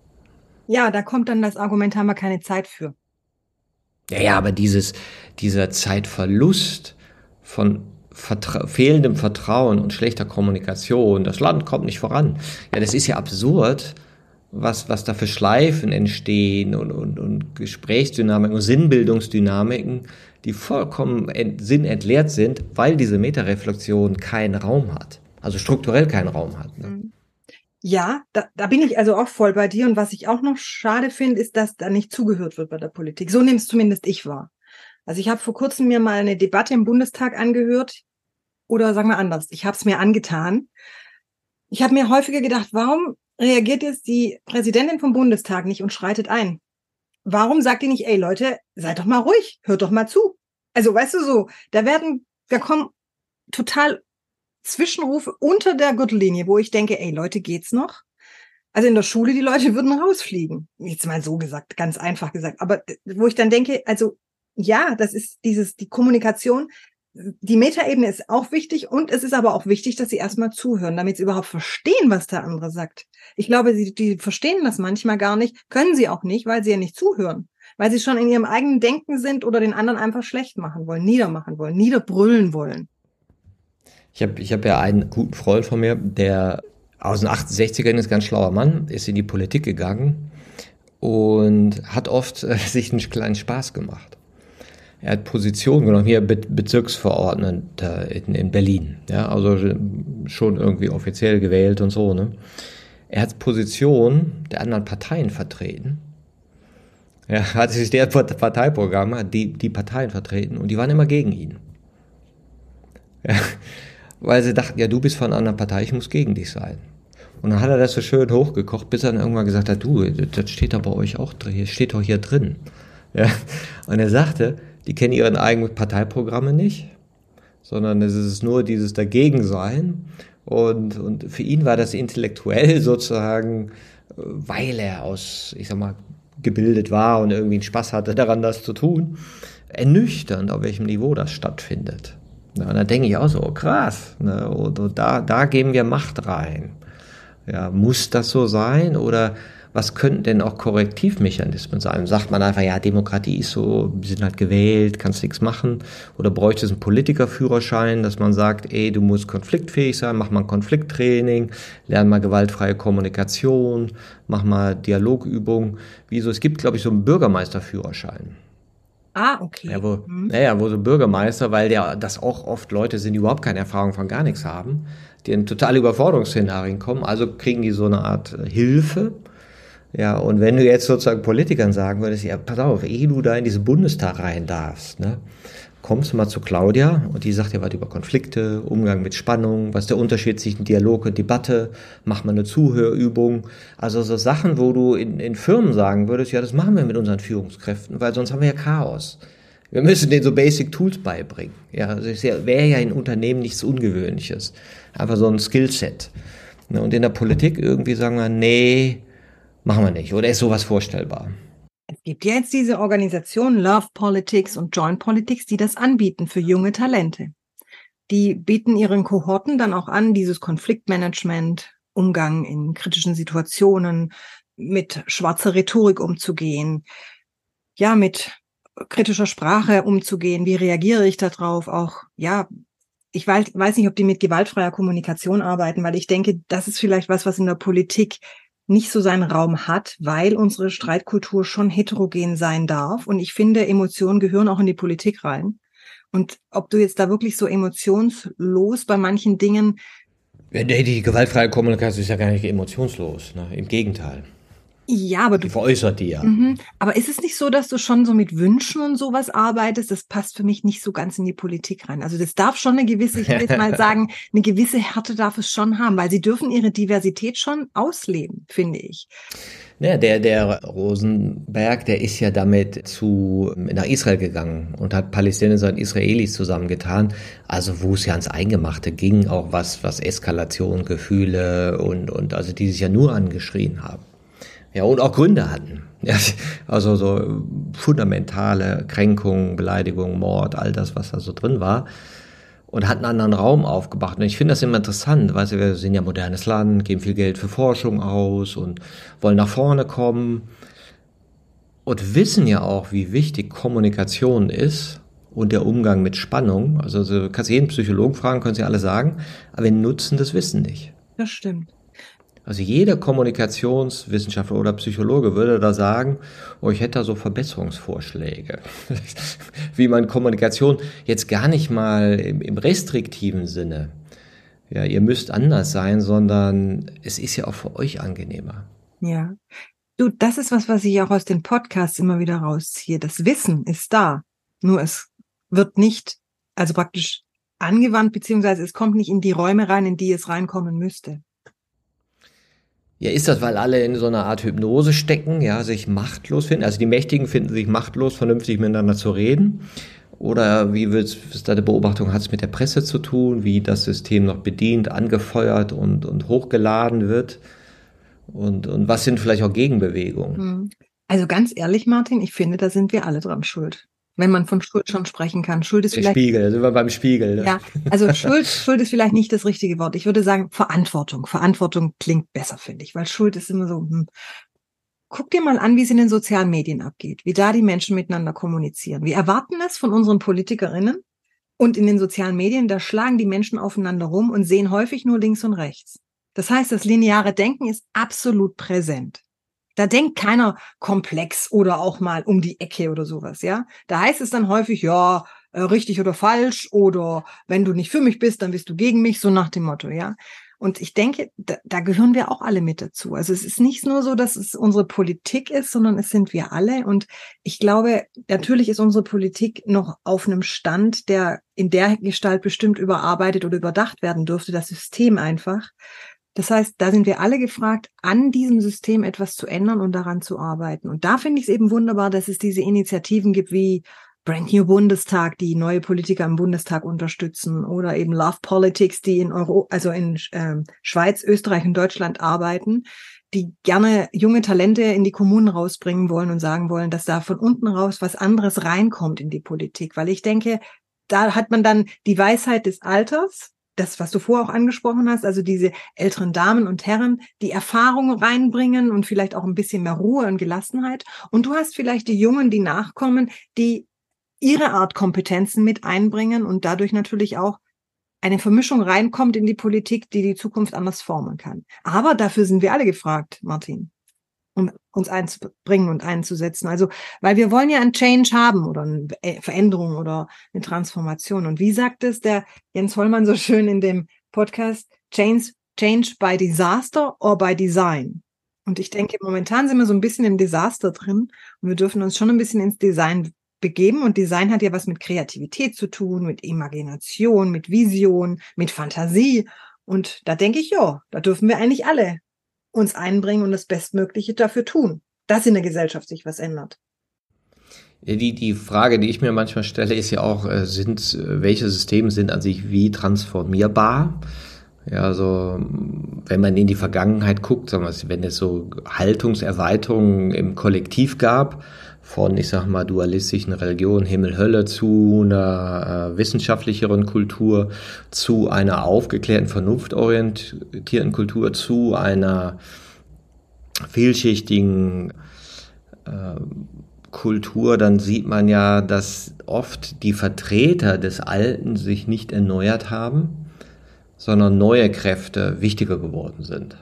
A: Ja, da kommt dann das Argument, haben wir keine Zeit für.
C: Ja, ja, aber dieses, dieser Zeitverlust von Vertra- fehlendem Vertrauen und schlechter Kommunikation, das Land kommt nicht voran. Ja, das ist ja absurd. Was, was da für Schleifen entstehen und, und, und Gesprächsdynamiken und Sinnbildungsdynamiken, die vollkommen ent, sinnentleert sind, weil diese Metareflexion keinen Raum hat. Also strukturell keinen Raum hat. Ne?
A: Ja, da, da bin ich also auch voll bei dir. Und was ich auch noch schade finde, ist, dass da nicht zugehört wird bei der Politik. So nehme es zumindest ich wahr. Also ich habe vor kurzem mir mal eine Debatte im Bundestag angehört. Oder sagen wir anders, ich habe es mir angetan. Ich habe mir häufiger gedacht, warum reagiert jetzt die Präsidentin vom Bundestag nicht und schreitet ein? Warum sagt die nicht, ey Leute, seid doch mal ruhig, hört doch mal zu. Also weißt du so, da werden da kommen total Zwischenrufe unter der Gürtellinie, wo ich denke, ey Leute, geht's noch? Also in der Schule, die Leute würden rausfliegen. Jetzt mal so gesagt, ganz einfach gesagt. Aber wo ich dann denke, also ja, das ist dieses, die Kommunikation, die Metaebene ist auch wichtig und es ist aber auch wichtig, dass sie erstmal zuhören, damit sie überhaupt verstehen, was der andere sagt. Ich glaube, sie, die verstehen das manchmal gar nicht, können sie auch nicht, weil sie ja nicht zuhören. Weil sie schon in ihrem eigenen Denken sind oder den anderen einfach schlecht machen wollen, niedermachen wollen, niederbrüllen wollen.
C: Ich habe ich hab ja einen guten Freund von mir, der aus den achtundsechzigern ist, ganz schlauer Mann, ist in die Politik gegangen und hat oft äh, sich einen kleinen Spaß gemacht. Er hat Position genommen, hier Be- Bezirksverordneter in, in Berlin, ja, also schon irgendwie offiziell gewählt und so, ne. Er hat Position der anderen Parteien vertreten. Er hat sich der Parteiprogramm, hat die, die Parteien vertreten und die waren immer gegen ihn. Ja, weil sie dachten, ja, du bist von einer anderen Partei, ich muss gegen dich sein. Und dann hat er das so schön hochgekocht, bis er dann irgendwann gesagt hat, du, das steht da bei euch auch drin, das steht doch hier drin. Ja. Und er sagte, die kennen ihren eigenen Parteiprogramme nicht, sondern es ist nur dieses Dagegensein. Und, und für ihn war das intellektuell sozusagen, weil er aus, ich sag mal, gebildet war und irgendwie einen Spaß hatte daran, das zu tun, ernüchternd, auf welchem Niveau das stattfindet. Ja, und da denke ich auch so, oh, krass, ne, und, und da, da geben wir Macht rein. Ja, muss das so sein oder was könnten denn auch Korrektivmechanismen sein? Sagt man einfach, ja, Demokratie ist so, wir sind halt gewählt, kannst nichts machen. Oder bräuchte es einen Politikerführerschein, dass man sagt, ey, du musst konfliktfähig sein, mach mal ein Konflikttraining, lern mal gewaltfreie Kommunikation, mach mal Dialogübungen. Wieso? Es gibt, glaube ich, so einen Bürgermeisterführerschein.
A: Ah, okay.
C: Ja, wo,
A: mhm.
C: naja, wo so Bürgermeister, weil der, das auch oft Leute sind, die überhaupt keine Erfahrung von gar nichts haben, die in totale Überforderungsszenarien kommen, also kriegen die so eine Art Hilfe. Ja, und wenn du jetzt sozusagen Politikern sagen würdest, ja, pass auf, ehe du da in diesen Bundestag rein darfst, ne, kommst du mal zu Claudia und die sagt dir was über Konflikte, Umgang mit Spannung, was ist der Unterschied zwischen Dialog und Debatte, mach mal eine Zuhörübung. Also so Sachen, wo du in, in Firmen sagen würdest, ja, das machen wir mit unseren Führungskräften, weil sonst haben wir ja Chaos. Wir müssen denen so Basic Tools beibringen. Ja, also es wäre ja in Unternehmen nichts Ungewöhnliches. Einfach so ein Skillset. Und in der Politik irgendwie sagen wir, nee, machen wir nicht. Oder ist sowas vorstellbar?
A: Es gibt ja jetzt diese Organisation Love Politics und Joint Politics, die das anbieten für junge Talente. Die bieten ihren Kohorten dann auch an, dieses Konfliktmanagement, Umgang in kritischen Situationen, mit schwarzer Rhetorik umzugehen, ja, mit kritischer Sprache umzugehen. Wie reagiere ich darauf? Auch, ja, ich weiß, weiß nicht, ob die mit gewaltfreier Kommunikation arbeiten, weil ich denke, das ist vielleicht was, was in der Politik nicht so seinen Raum hat, weil unsere Streitkultur schon heterogen sein darf. Und ich finde, Emotionen gehören auch in die Politik rein. Und ob du jetzt da wirklich so emotionslos bei manchen Dingen...
C: Ja, die gewaltfreie Kommunikation ist ja gar nicht emotionslos, ne? Im Gegenteil.
A: Ja, aber
C: die
A: du
C: veräußert die ja.
A: Mhm. Aber ist es nicht so, dass du schon so mit Wünschen und sowas arbeitest? Das passt für mich nicht so ganz in die Politik rein. Also das darf schon eine gewisse, ich will jetzt mal sagen, eine gewisse Härte darf es schon haben, weil sie dürfen ihre Diversität schon ausleben, finde ich.
C: Ja, der, der Rosenberg, der ist ja damit zu, nach Israel gegangen und hat Palästinenser und Israelis zusammengetan. Also wo es ja ans Eingemachte ging, auch was, was Eskalation, Gefühle und, und also die sich ja nur angeschrien haben. Ja, und auch Gründe hatten. Ja, also so fundamentale Kränkungen, Beleidigungen, Mord, all das, was da so drin war. Und hat einen anderen Raum aufgebracht. Und ich finde das immer interessant, weil wir sind ja ein modernes Land, geben viel Geld für Forschung aus und wollen nach vorne kommen. Und wissen ja auch, wie wichtig Kommunikation ist und der Umgang mit Spannung. Also du kannst jeden Psychologen fragen, können sie alle sagen, aber wir nutzen das Wissen nicht.
A: Das stimmt.
C: Also jeder Kommunikationswissenschaftler oder Psychologe würde da sagen, oh, ich hätte da so Verbesserungsvorschläge, wie man Kommunikation jetzt gar nicht mal im, im restriktiven Sinne, ja, ihr müsst anders sein, sondern es ist ja auch für euch angenehmer.
A: Ja, du, das ist was, was ich auch aus den Podcasts immer wieder rausziehe. Das Wissen ist da, nur es wird nicht, also praktisch angewandt, beziehungsweise es kommt nicht in die Räume rein, in die es reinkommen müsste.
C: Ja, ist das, weil alle in so einer Art Hypnose stecken, ja, sich machtlos finden? Also die Mächtigen finden sich machtlos, vernünftig miteinander zu reden. Oder wie wird es deine Beobachtung, hat es mit der Presse zu tun, wie das System noch bedient, angefeuert und, und hochgeladen wird? Und, und was sind vielleicht auch Gegenbewegungen?
A: Also ganz ehrlich, Martin, ich finde, da sind wir alle dran schuld. Wenn man von Schuld schon sprechen kann. Schuld ist
C: Der
A: vielleicht...
C: Spiegel, da sind wir beim Spiegel. Ne?
A: Ja, also Schuld, Schuld ist vielleicht nicht das richtige Wort. Ich würde sagen Verantwortung. Verantwortung klingt besser, finde ich, weil Schuld ist immer so... Hm. Guck dir mal an, wie es in den sozialen Medien abgeht, wie da die Menschen miteinander kommunizieren. Wir erwarten es von unseren PolitikerInnen und in den sozialen Medien, da schlagen die Menschen aufeinander rum und sehen häufig nur links und rechts. Das heißt, das lineare Denken ist absolut präsent. Da denkt keiner komplex oder auch mal um die Ecke oder sowas, ja. Da heißt es dann häufig, ja, äh, richtig oder falsch oder wenn du nicht für mich bist, dann bist du gegen mich, so nach dem Motto, ja. Und ich denke, da, da gehören wir auch alle mit dazu. Also es ist nicht nur so, dass es unsere Politik ist, sondern es sind wir alle. Und ich glaube, natürlich ist unsere Politik noch auf einem Stand, der in der Gestalt bestimmt überarbeitet oder überdacht werden dürfte, das System einfach. Das heißt, da sind wir alle gefragt, an diesem System etwas zu ändern und daran zu arbeiten. Und da finde ich es eben wunderbar, dass es diese Initiativen gibt wie Brand New Bundestag, die neue Politiker im Bundestag unterstützen, oder eben Love Politics, die in Euro, also in ähm, Schweiz, Österreich und Deutschland arbeiten, die gerne junge Talente in die Kommunen rausbringen wollen und sagen wollen, dass da von unten raus was anderes reinkommt in die Politik. Weil ich denke, da hat man dann die Weisheit des Alters, das, was du vorher auch angesprochen hast, also diese älteren Damen und Herren, die Erfahrung reinbringen und vielleicht auch ein bisschen mehr Ruhe und Gelassenheit. Und du hast vielleicht die Jungen, die nachkommen, die ihre Art Kompetenzen mit einbringen und dadurch natürlich auch eine Vermischung reinkommt in die Politik, die die Zukunft anders formen kann. Aber dafür sind wir alle gefragt, Martin, um uns einzubringen und einzusetzen. Also, weil wir wollen ja einen Change haben oder eine Veränderung oder eine Transformation. Und wie sagt es der Jens Hollmann so schön in dem Podcast, Change, change by disaster or by design. Und ich denke, momentan sind wir so ein bisschen im Desaster drin und wir dürfen uns schon ein bisschen ins Design begeben. Und Design hat ja was mit Kreativität zu tun, mit Imagination, mit Vision, mit Fantasie. Und da denke ich, ja, da dürfen wir eigentlich alle uns einbringen und das Bestmögliche dafür tun, dass in der Gesellschaft sich was ändert.
C: Die, die Frage, die ich mir manchmal stelle, ist ja auch, sind, welche Systeme sind an sich wie transformierbar? Ja, also, wenn man in die Vergangenheit guckt, sagen wir, wenn es so Haltungserweiterungen im Kollektiv gab, von, ich sag mal, dualistischen Religionen, Himmel, Hölle, zu einer äh, wissenschaftlicheren Kultur, zu einer aufgeklärten, vernunftorientierten Kultur, zu einer vielschichtigen äh, Kultur, dann sieht man ja, dass oft die Vertreter des Alten sich nicht erneuert haben, sondern neue Kräfte wichtiger geworden sind.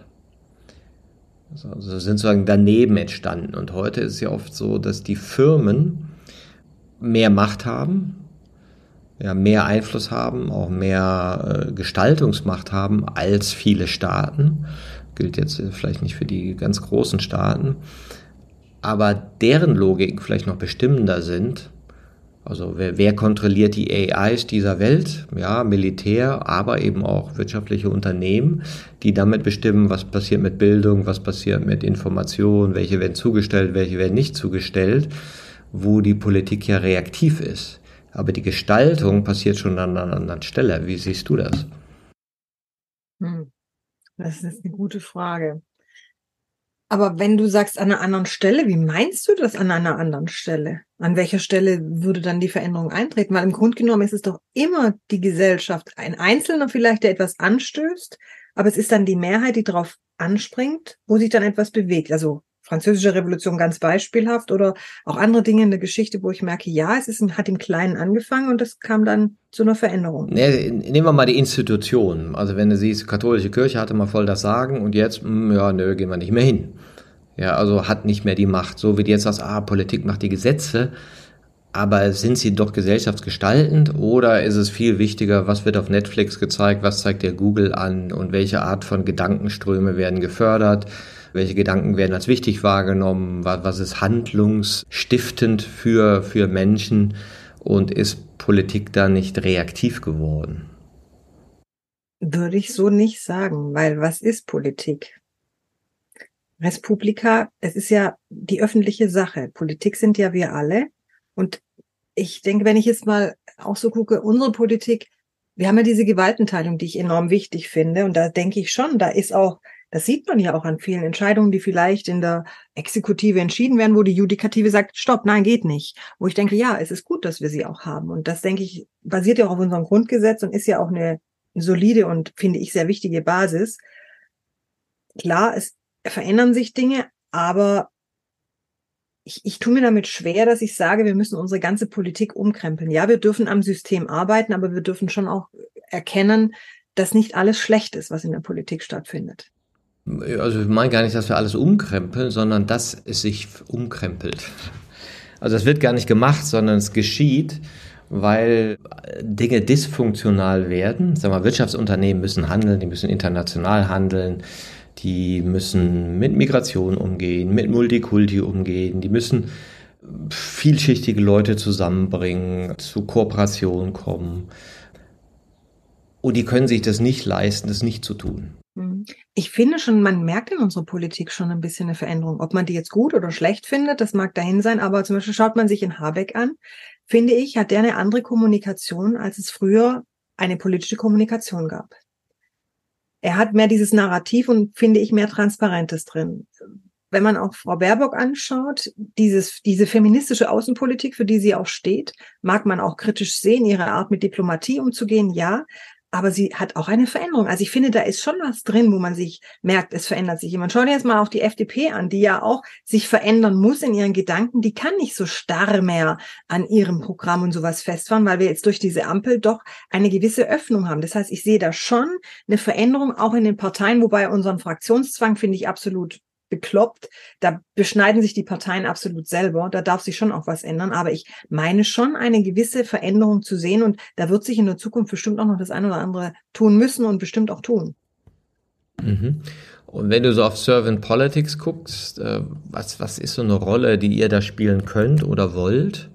C: Also sind sozusagen daneben entstanden. Und heute ist es ja oft so, dass die Firmen mehr Macht haben, ja, mehr Einfluss haben, auch mehr äh, Gestaltungsmacht haben als viele Staaten. Gilt jetzt vielleicht nicht für die ganz großen Staaten. Aber deren Logiken vielleicht noch bestimmender sind. Also wer, wer kontrolliert die A Is dieser Welt? Ja, Militär, aber eben auch wirtschaftliche Unternehmen, die damit bestimmen, was passiert mit Bildung, was passiert mit Information, welche werden zugestellt, welche werden nicht zugestellt, wo die Politik ja reaktiv ist. Aber die Gestaltung passiert schon an einer anderen Stelle. Wie siehst du das?
A: Hm. Das ist eine gute Frage. Aber wenn du sagst an einer anderen Stelle, wie meinst du das an einer anderen Stelle? An welcher Stelle würde dann die Veränderung eintreten? Weil im Grunde genommen ist es doch immer die Gesellschaft, ein Einzelner vielleicht, der etwas anstößt, aber es ist dann die Mehrheit, die darauf anspringt, wo sich dann etwas bewegt. Also Französische Revolution ganz beispielhaft oder auch andere Dinge in der Geschichte, wo ich merke, ja, es ist, hat im Kleinen angefangen und es kam dann zu einer Veränderung.
C: Nee, nehmen wir mal die Institutionen. Also wenn du siehst, katholische Kirche hatte mal voll das Sagen und jetzt, mh, ja, nö, gehen wir nicht mehr hin. Ja, also hat nicht mehr die Macht. So wie du jetzt sagst, ah, Politik macht die Gesetze, aber sind sie doch gesellschaftsgestaltend oder ist es viel wichtiger, was wird auf Netflix gezeigt, was zeigt dir Google an und welche Art von Gedankenströme werden gefördert? Welche Gedanken werden als wichtig wahrgenommen? Was ist handlungsstiftend für, für Menschen? Und ist Politik da nicht reaktiv geworden?
A: Würde ich so nicht sagen, weil was ist Politik? Res Publica, es ist ja die öffentliche Sache. Politik sind ja wir alle. Und ich denke, wenn ich jetzt mal auch so gucke, unsere Politik, wir haben ja diese Gewaltenteilung, die ich enorm wichtig finde. Und da denke ich schon, da ist auch, das sieht man ja auch an vielen Entscheidungen, die vielleicht in der Exekutive entschieden werden, wo die Judikative sagt, stopp, nein, geht nicht. Wo ich denke, ja, es ist gut, dass wir sie auch haben. Und das, denke ich, basiert ja auch auf unserem Grundgesetz und ist ja auch eine solide und, finde ich, sehr wichtige Basis. Klar, es verändern sich Dinge, aber Ich, ich tue mir damit schwer, dass ich sage, wir müssen unsere ganze Politik umkrempeln. Ja, wir dürfen am System arbeiten, aber wir dürfen schon auch erkennen, dass nicht alles schlecht ist, was in der Politik stattfindet.
C: Also ich meine gar nicht, dass wir alles umkrempeln, sondern dass es sich umkrempelt. Also es wird gar nicht gemacht, sondern es geschieht, weil Dinge dysfunktional werden. Sagen wir, Wirtschaftsunternehmen müssen handeln, die müssen international handeln. Die müssen mit Migration umgehen, mit Multikulti umgehen, die müssen vielschichtige Leute zusammenbringen, zu Kooperation kommen. Und die können sich das nicht leisten, das nicht zu tun.
A: Ich finde schon, man merkt in unserer Politik schon ein bisschen eine Veränderung. Ob man die jetzt gut oder schlecht findet, das mag dahin sein, aber zum Beispiel schaut man sich in Habeck an, finde ich, hat der eine andere Kommunikation, als es früher eine politische Kommunikation gab. Er hat mehr dieses Narrativ und, finde ich, mehr Transparentes drin. Wenn man auch Frau Baerbock anschaut, dieses, diese feministische Außenpolitik, für die sie auch steht, mag man auch kritisch sehen, ihre Art mit Diplomatie umzugehen, ja, aber sie hat auch eine Veränderung. Also ich finde, da ist schon was drin, wo man sich merkt, es verändert sich jemand. Schau dir jetzt mal auch die F D P an, die ja auch sich verändern muss in ihren Gedanken. Die kann nicht so starr mehr an ihrem Programm und sowas festfahren, weil wir jetzt durch diese Ampel doch eine gewisse Öffnung haben. Das heißt, ich sehe da schon eine Veränderung auch in den Parteien, wobei unseren Fraktionszwang finde ich absolut bekloppt. Da beschneiden sich die Parteien absolut selber. Da darf sich schon auch was ändern. Aber ich meine schon, eine gewisse Veränderung zu sehen. Und da wird sich in der Zukunft bestimmt auch noch das eine oder andere tun müssen und bestimmt auch tun.
C: Mhm. Und wenn du so auf Servant Politics guckst, was, was ist so eine Rolle, die ihr da spielen könnt oder wollt?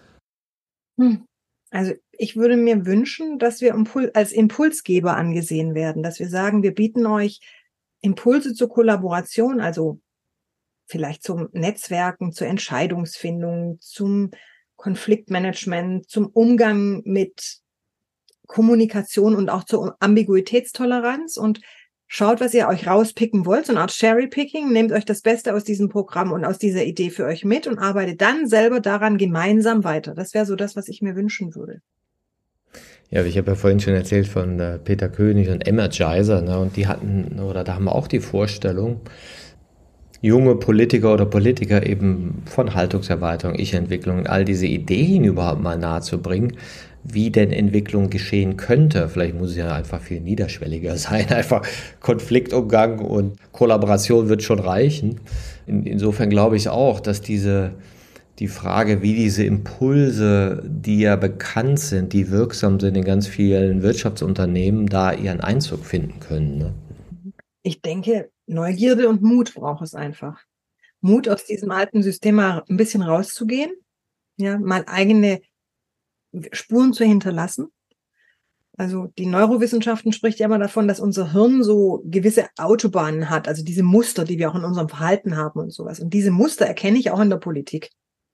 A: Hm. Also ich würde mir wünschen, dass wir als Impulsgeber angesehen werden. Dass wir sagen, wir bieten euch Impulse zur Kollaboration, also vielleicht zum Netzwerken, zur Entscheidungsfindung, zum Konfliktmanagement, zum Umgang mit Kommunikation und auch zur Ambiguitätstoleranz und schaut, was ihr euch rauspicken wollt, so eine Art Cherry-Picking, nehmt euch das Beste aus diesem Programm und aus dieser Idee für euch mit und arbeitet dann selber daran gemeinsam weiter. Das wäre so das, was ich mir wünschen würde.
C: Ja, ich habe ja vorhin schon erzählt von äh, Peter König und Energizer, ne, und die hatten, oder da haben wir auch die Vorstellung, junge Politiker oder Politiker eben von Haltungserweiterung, Ich-Entwicklung, all diese Ideen überhaupt mal nahezubringen, wie denn Entwicklung geschehen könnte. Vielleicht muss es ja einfach viel niederschwelliger sein, einfach Konfliktumgang und Kollaboration wird schon reichen. In, insofern glaube ich auch, dass diese die Frage, wie diese Impulse, die ja bekannt sind, die wirksam sind in ganz vielen Wirtschaftsunternehmen, da ihren Einzug finden können. Ne?
A: Ich denke, Neugierde und Mut braucht es einfach. Mut, aus diesem alten System mal ein bisschen rauszugehen, ja, mal eigene Spuren zu hinterlassen. Also die Neurowissenschaften spricht ja immer davon, dass unser Hirn so gewisse Autobahnen hat, also diese Muster, die wir auch in unserem Verhalten haben und sowas. Und diese Muster erkenne ich auch in der Politik.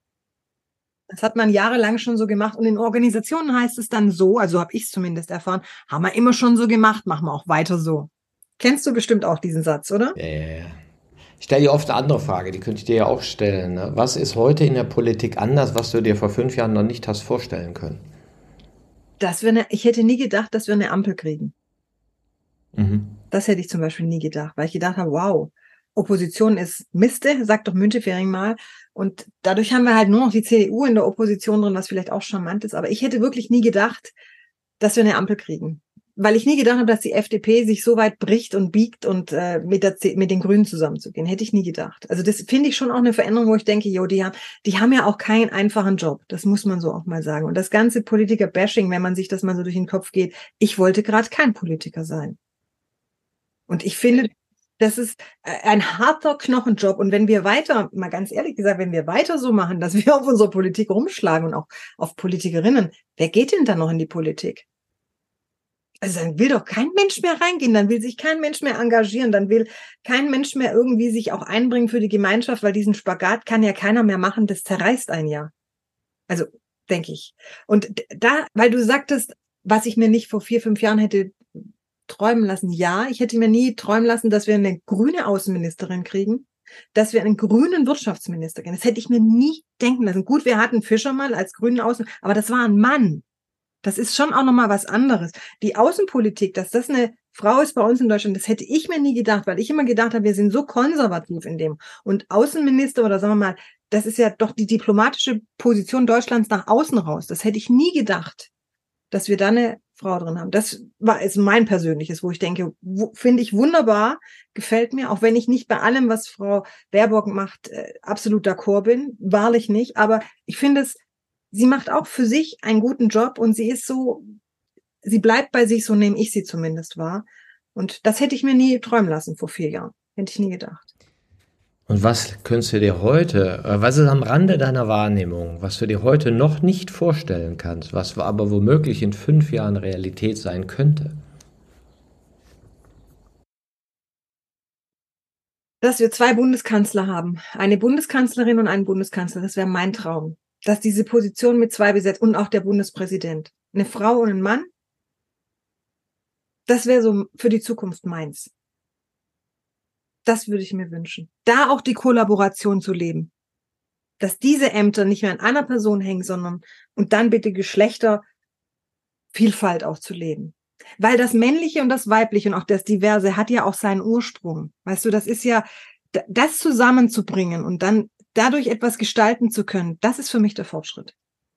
A: Das hat man jahrelang schon so gemacht und in Organisationen heißt es dann so, also habe ich es zumindest erfahren, haben wir immer schon so gemacht, machen wir auch weiter so. Kennst du bestimmt auch diesen Satz, oder?
C: Ja, ja, ja. Ich stelle dir oft eine andere Frage, die könnte ich dir ja auch stellen. Ne? Was ist heute in der Politik anders, was du dir vor fünf Jahren noch nicht hast vorstellen können?
A: Dass wir eine, ich hätte nie gedacht, dass wir eine Ampel kriegen.
C: Mhm.
A: Das hätte ich zum Beispiel nie gedacht, weil ich gedacht habe, wow, Opposition ist Miste, sagt doch Müntefering mal. Und dadurch haben wir halt nur noch die C D U in der Opposition drin, was vielleicht auch charmant ist. Aber ich hätte wirklich nie gedacht, dass wir eine Ampel kriegen. Weil ich nie gedacht habe, dass die F D P sich so weit bricht und biegt und äh, mit, der C- mit den Grünen zusammenzugehen. Hätte ich nie gedacht. Also das finde ich schon auch eine Veränderung, wo ich denke, jo, die haben, die haben ja auch keinen einfachen Job. Das muss man so auch mal sagen. Und das ganze Politiker-Bashing, wenn man sich das mal so durch den Kopf geht, ich wollte gerade kein Politiker sein. Und ich finde, das ist ein harter Knochenjob. Und wenn wir weiter, mal ganz ehrlich gesagt, wenn wir weiter so machen, dass wir auf unsere Politik rumschlagen und auch auf Politikerinnen, wer geht denn dann noch in die Politik? Also dann will doch kein Mensch mehr reingehen, dann will sich kein Mensch mehr engagieren, dann will kein Mensch mehr irgendwie sich auch einbringen für die Gemeinschaft, weil diesen Spagat kann ja keiner mehr machen, das zerreißt ein Jahr. Also denke ich. Und da, weil du sagtest, was ich mir nicht vor vier, fünf Jahren hätte träumen lassen, ja, ich hätte mir nie träumen lassen, dass wir eine grüne Außenministerin kriegen, dass wir einen grünen Wirtschaftsminister kriegen. Das hätte ich mir nie denken lassen. Gut, wir hatten Fischer mal als grünen Außen, aber das war ein Mann. Das ist schon auch nochmal was anderes. Die Außenpolitik, dass das eine Frau ist bei uns in Deutschland, das hätte ich mir nie gedacht, weil ich immer gedacht habe, wir sind so konservativ in dem. Und Außenminister oder sagen wir mal, das ist ja doch die diplomatische Position Deutschlands nach außen raus. Das hätte ich nie gedacht, dass wir da eine Frau drin haben. Das war ist mein persönliches, wo ich denke, finde ich wunderbar, gefällt mir, auch wenn ich nicht bei allem, was Frau Baerbock macht, äh, absolut d'accord bin, wahrlich nicht. Aber ich finde es, sie macht auch für sich einen guten Job und sie ist so, sie bleibt bei sich, so nehme ich sie zumindest wahr. Und das hätte ich mir nie träumen lassen vor vier Jahren. Hätte ich nie gedacht.
C: Und was könntest du dir heute, was ist am Rande deiner Wahrnehmung, was du dir heute noch nicht vorstellen kannst, was aber womöglich in fünf Jahren Realität sein könnte?
A: Dass wir zwei Bundeskanzler haben. Eine Bundeskanzlerin und einen Bundeskanzler. Das wäre mein Traum. Dass diese Position mit zwei besetzt und auch der Bundespräsident. Eine Frau und ein Mann. Das wäre so für die Zukunft meins. Das würde ich mir wünschen. Da auch die Kollaboration zu leben. Dass diese Ämter nicht mehr an einer Person hängen, sondern und dann bitte Geschlechtervielfalt auch zu leben. Weil das Männliche und das Weibliche und auch das Diverse hat ja auch seinen Ursprung. Weißt du, das ist ja, das zusammenzubringen und dann dadurch etwas gestalten zu können, das ist für mich der Fortschritt.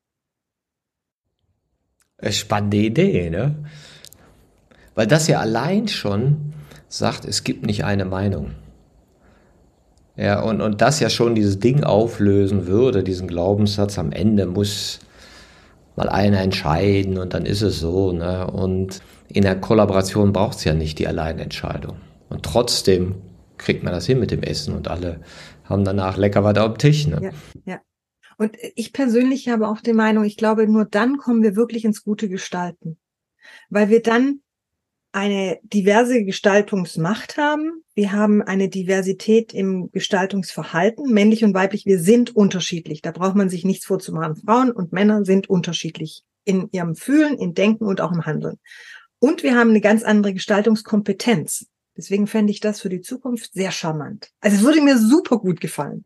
C: Spannende Idee, ne? Weil das ja allein schon sagt, es gibt nicht eine Meinung. Ja, und, und das ja schon dieses Ding auflösen würde, diesen Glaubenssatz, am Ende muss mal einer entscheiden und dann ist es so, ne? Und in der Kollaboration braucht es ja nicht die Alleinentscheidung. Und trotzdem kriegt man das hin mit dem Essen und alle haben danach lecker was auf dem Tisch, ne?
A: Ja, ja. Und ich persönlich habe auch die Meinung, ich glaube, nur dann kommen wir wirklich ins gute Gestalten. Weil wir dann eine diverse Gestaltungsmacht haben. Wir haben eine Diversität im Gestaltungsverhalten, männlich und weiblich. Wir sind unterschiedlich. Da braucht man sich nichts vorzumachen. Frauen und Männer sind unterschiedlich in ihrem Fühlen, in Denken und auch im Handeln. Und wir haben eine ganz andere Gestaltungskompetenz. Deswegen fände ich das für die Zukunft sehr charmant. Also es würde mir super gut gefallen.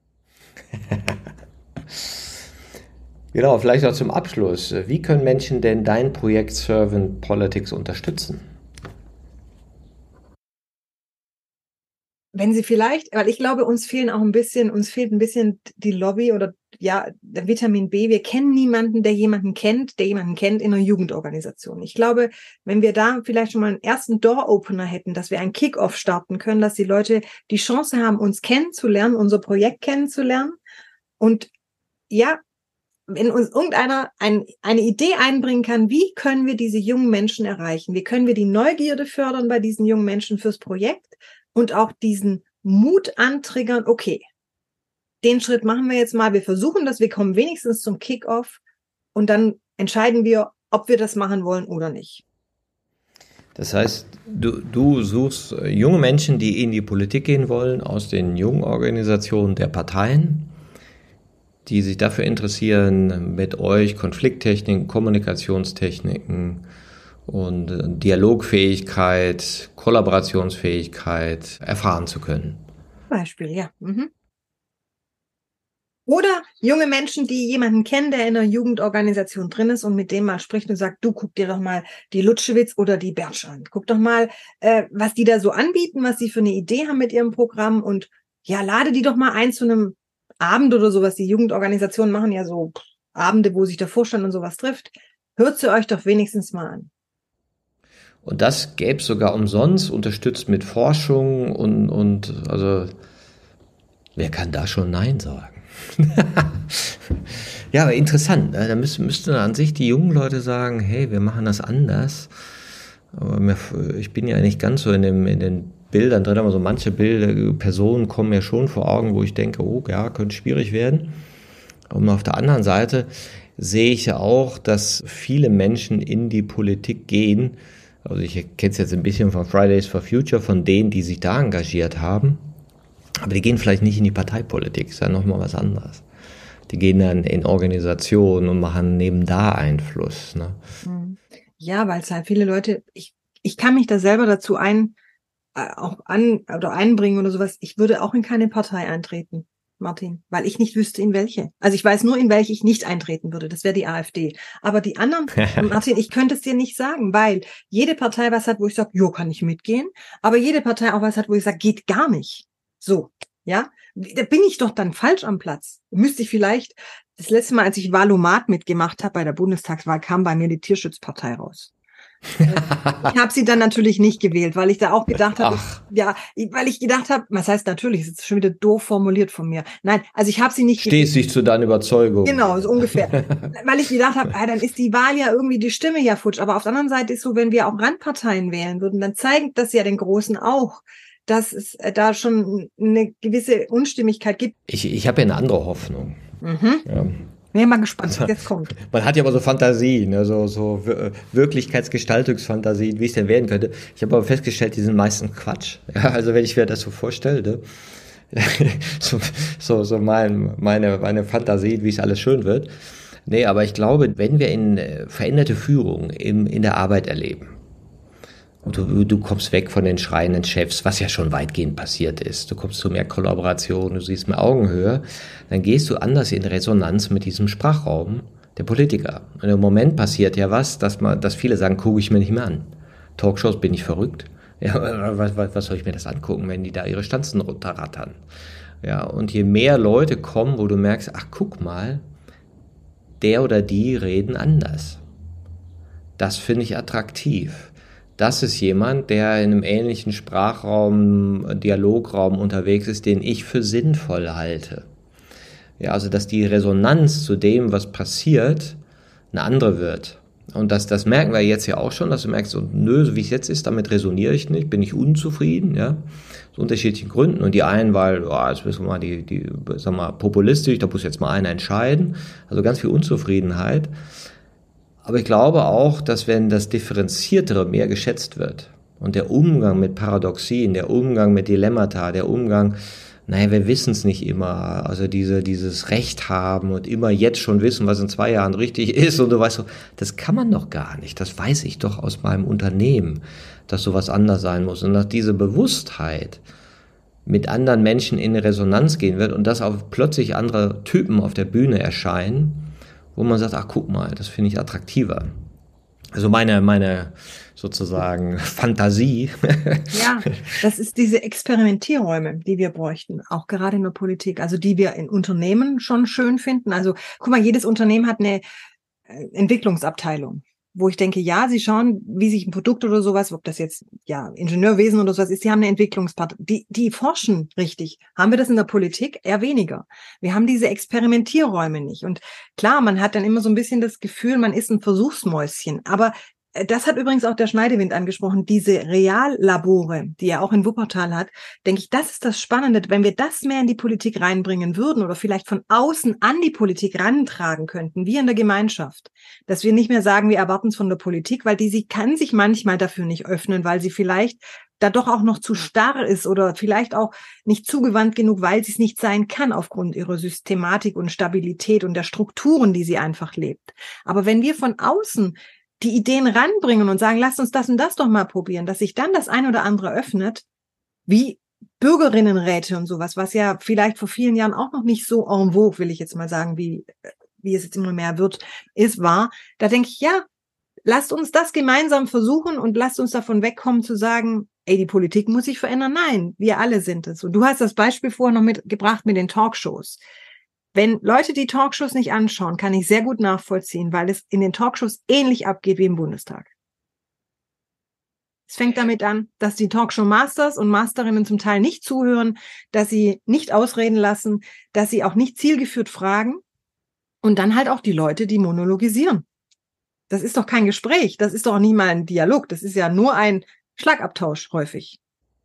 C: Genau, vielleicht auch zum Abschluss. Wie können Menschen denn dein Projekt Servant Politics unterstützen?
A: Wenn sie vielleicht, weil ich glaube, uns fehlen auch ein bisschen, uns fehlt ein bisschen die Lobby oder ja, der Vitamin B. Wir kennen niemanden, der jemanden kennt, der jemanden kennt in einer Jugendorganisation. Ich glaube, wenn wir da vielleicht schon mal einen ersten Door-Opener hätten, dass wir einen Kick-Off starten können, dass die Leute die Chance haben, uns kennenzulernen, unser Projekt kennenzulernen. Und ja, wenn uns irgendeiner ein, eine Idee einbringen kann, wie können wir diese jungen Menschen erreichen? Wie können wir die Neugierde fördern bei diesen jungen Menschen fürs Projekt? Und auch diesen Mut antriggern, okay, den Schritt machen wir jetzt mal, wir versuchen das, wir kommen wenigstens zum Kick-Off und dann entscheiden wir, ob wir das machen wollen oder nicht.
C: Das heißt, du, du suchst junge Menschen, die in die Politik gehen wollen, aus den jungen Organisationen der Parteien, die sich dafür interessieren, mit euch Konflikttechniken, Kommunikationstechniken und Dialogfähigkeit, Kollaborationsfähigkeit erfahren zu können.
A: Beispiel, ja. Mhm. Oder junge Menschen, die jemanden kennen, der in einer Jugendorganisation drin ist und mit dem mal spricht und sagt, du, guck dir doch mal die Lutschewitz oder die Bertsch an. Guck doch mal, äh, was die da so anbieten, was die für eine Idee haben mit ihrem Programm und ja, lade die doch mal ein zu einem Abend oder sowas. Die Jugendorganisationen machen ja so Abende, wo sich der Vorstand und sowas trifft. Hört sie euch doch wenigstens mal an.
C: Und das gäbe es sogar umsonst, unterstützt mit Forschung und, und also wer kann da schon Nein sagen? Ja, aber interessant, ne? Da müssten müssten an sich die jungen Leute sagen, hey, wir machen das anders. Aber mir, ich bin ja nicht ganz so in, dem, in den Bildern drin, aber so manche Bilder, Personen kommen mir schon vor Augen, wo ich denke, oh ja, könnte schwierig werden. Und auf der anderen Seite sehe ich ja auch, dass viele Menschen in die Politik gehen. Also ich kenne es jetzt ein bisschen von Fridays for Future, von denen, die sich da engagiert haben. Aber die gehen vielleicht nicht in die Parteipolitik, ist ja nochmal was anderes. Die gehen dann in Organisationen und machen neben da Einfluss. Ne?
A: Ja, weil es halt viele Leute, ich, ich kann mich da selber dazu ein, äh, auch an oder einbringen oder sowas. Ich würde auch in keine Partei eintreten, Martin, weil ich nicht wüsste, in welche. Also ich weiß nur, in welche ich nicht eintreten würde. Das wäre die AfD. Aber die anderen, Martin, ich könnte es dir nicht sagen, weil jede Partei was hat, wo ich sage, jo, kann ich mitgehen. Aber jede Partei auch was hat, wo ich sage, geht gar nicht. So, ja. Da bin ich doch dann falsch am Platz. Müsste ich vielleicht, das letzte Mal, als ich Wahlomat mitgemacht habe bei der Bundestagswahl, kam bei mir die Tierschutzpartei raus. Ich habe sie dann natürlich nicht gewählt, weil ich da auch gedacht habe, ja, weil ich gedacht habe, was heißt natürlich, das ist schon wieder doof formuliert von mir. Nein, also ich habe sie nicht
C: gewählt. Stehst dich zu deiner Überzeugung.
A: Genau, so ungefähr. Weil ich gedacht habe, ah, dann ist die Wahl ja irgendwie, die Stimme ja futsch. Aber auf der anderen Seite ist so, wenn wir auch Randparteien wählen würden, dann zeigt das ja den Großen auch, dass es da schon eine gewisse Unstimmigkeit gibt.
C: Ich, ich habe ja eine andere Hoffnung.
A: Mhm. Ja. Ich bin mal gespannt, was jetzt kommt.
C: Man hat ja aber so Fantasien, ne? so, so Wirklichkeitsgestaltungsfantasien, wie es denn werden könnte. Ich habe aber festgestellt, die sind meistens Quatsch. Ja, also wenn ich mir das so vorstelle, ne? so, so, so mein, meine, meine Fantasien, wie es alles schön wird. Nee, aber ich glaube, wenn wir in veränderte Führung im, in der Arbeit erleben, Du, du kommst weg von den schreienden Chefs, was ja schon weitgehend passiert ist. Du kommst zu mehr Kollaboration, du siehst mehr Augenhöhe. Dann gehst du anders in Resonanz mit diesem Sprachraum der Politiker. Und im Moment passiert ja was, dass man, dass viele sagen, gucke ich mir nicht mehr an. Talkshows, bin ich verrückt? Ja, was, was, was soll ich mir das angucken, wenn die da ihre Stanzen runterrattern? Ja, und je mehr Leute kommen, wo du merkst, ach, guck mal, der oder die reden anders. Das finde ich attraktiv. Das ist jemand, der in einem ähnlichen Sprachraum, Dialograum unterwegs ist, den ich für sinnvoll halte. Ja, also dass die Resonanz zu dem, was passiert, eine andere wird. Und das, das merken wir jetzt ja auch schon, dass du merkst, so, nö, so wie es jetzt ist, damit resoniere ich nicht, bin ich unzufrieden, ja, aus unterschiedlichen Gründen. Und die einen, weil, oh, jetzt müssen wir mal die, die, sag mal, populistisch, da muss jetzt mal einer entscheiden. Also ganz viel Unzufriedenheit. Aber ich glaube auch, dass wenn das Differenziertere mehr geschätzt wird und der Umgang mit Paradoxien, der Umgang mit Dilemmata, der Umgang, naja, wir wissen es nicht immer, also diese, dieses Recht haben und immer jetzt schon wissen, was in zwei Jahren richtig ist und du weißt so, das kann man doch gar nicht, das weiß ich doch aus meinem Unternehmen, dass sowas anders sein muss und dass diese Bewusstheit mit anderen Menschen in Resonanz gehen wird und dass auch plötzlich andere Typen auf der Bühne erscheinen, wo man sagt, ach guck mal, das finde ich attraktiver. Also meine, meine sozusagen Fantasie.
A: Ja, das ist diese Experimentierräume, die wir bräuchten, auch gerade in der Politik, also die wir in Unternehmen schon schön finden. Also guck mal, jedes Unternehmen hat eine Entwicklungsabteilung, wo ich denke, ja, sie schauen, wie sich ein Produkt oder sowas, ob das jetzt ja Ingenieurwesen oder sowas ist, die haben eine Entwicklungspart, die die forschen richtig. Haben wir das in der Politik? Eher weniger. Wir haben diese Experimentierräume nicht. Und klar, man hat dann immer so ein bisschen das Gefühl, man ist ein Versuchsmäuschen. Aber das hat übrigens auch der Schneidewind angesprochen, diese Reallabore, die er auch in Wuppertal hat, denke ich, das ist das Spannende, wenn wir das mehr in die Politik reinbringen würden oder vielleicht von außen an die Politik rantragen könnten, wie in der Gemeinschaft, dass wir nicht mehr sagen, wir erwarten es von der Politik, weil die sie kann sich manchmal dafür nicht öffnen, weil sie vielleicht da doch auch noch zu starr ist oder vielleicht auch nicht zugewandt genug, weil sie es nicht sein kann aufgrund ihrer Systematik und Stabilität und der Strukturen, die sie einfach lebt. Aber wenn wir von außen die Ideen ranbringen und sagen, lasst uns das und das doch mal probieren, dass sich dann das ein oder andere öffnet, wie Bürgerinnenräte und sowas, was ja vielleicht vor vielen Jahren auch noch nicht so en vogue, will ich jetzt mal sagen, wie, wie es jetzt immer mehr wird, ist, war. Da denke ich, ja, lasst uns das gemeinsam versuchen und lasst uns davon wegkommen zu sagen, ey, die Politik muss sich verändern. Nein, wir alle sind es. Und du hast das Beispiel vorher noch mitgebracht mit den Talkshows. Wenn Leute die Talkshows nicht anschauen, kann ich sehr gut nachvollziehen, weil es in den Talkshows ähnlich abgeht wie im Bundestag. Es fängt damit an, dass die Talkshow-Masters und Masterinnen zum Teil nicht zuhören, dass sie nicht ausreden lassen, dass sie auch nicht zielgeführt fragen und dann halt auch die Leute, die monologisieren. Das ist doch kein Gespräch, das ist doch nicht mal ein Dialog, das ist ja nur ein Schlagabtausch häufig.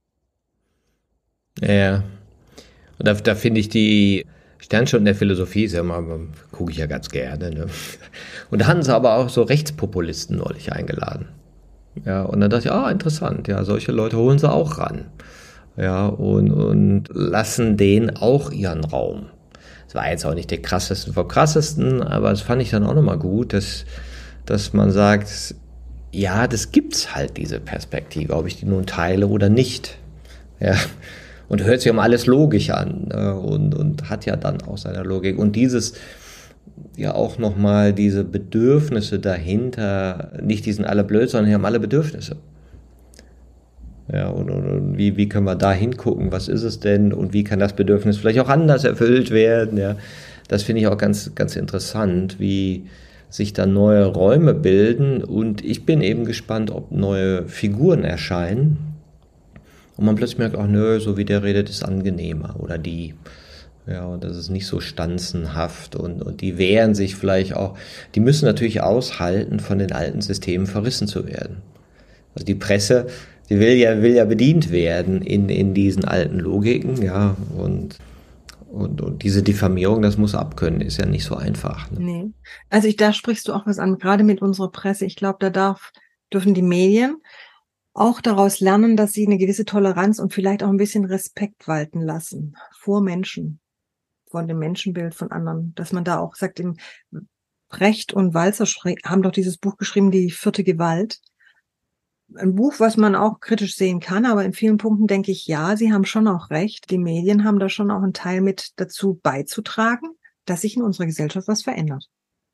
C: Ja, und da, da finde ich die Sternstunde der Philosophie, ist ja mal, gucke ich ja ganz gerne. Ne? Und da hatten sie aber auch so Rechtspopulisten neulich eingeladen. Ja, und dann dachte ich, ah, interessant, ja, solche Leute holen sie auch ran. Ja, und, und lassen denen auch ihren Raum. es war jetzt auch nicht der krasseste vom krassesten, aber das fand ich dann auch nochmal gut, dass, dass man sagt, ja, das gibt's halt, diese Perspektive, ob ich die nun teile oder nicht. Ja. Und hört sich um alles logisch an, ne? und, und hat ja dann auch seine Logik. Und dieses, ja auch nochmal diese Bedürfnisse dahinter, nicht die sind alle blöd, sondern die haben alle Bedürfnisse. Ja, und, und, und wie, wie können wir da hingucken, was ist es denn und wie kann das Bedürfnis vielleicht auch anders erfüllt werden, ja. Das finde ich auch ganz, ganz interessant, wie sich da neue Räume bilden und ich bin eben gespannt, ob neue Figuren erscheinen und man plötzlich merkt, ach nö, so wie der redet, ist angenehmer oder die. Ja, und das ist nicht so stanzenhaft und, und die wehren sich vielleicht auch, die müssen natürlich aushalten, von den alten Systemen verrissen zu werden. Also die Presse, die will ja, will ja bedient werden in, in diesen alten Logiken, ja, und, und, und diese Diffamierung, das muss abkönnen, ist ja nicht so einfach. Ne?
A: Nee. Also ich, da sprichst du auch was an, gerade mit unserer Presse. Ich glaube, da darf, dürfen die Medien auch daraus lernen, dass sie eine gewisse Toleranz und vielleicht auch ein bisschen Respekt walten lassen vor Menschen. Von dem Menschenbild von anderen, dass man da auch sagt, im Brecht und Walzer haben doch dieses Buch geschrieben, die vierte Gewalt. Ein Buch, was man auch kritisch sehen kann, aber in vielen Punkten denke ich, ja, sie haben schon auch recht. Die Medien haben da schon auch einen Teil mit dazu beizutragen, dass sich in unserer Gesellschaft was verändert.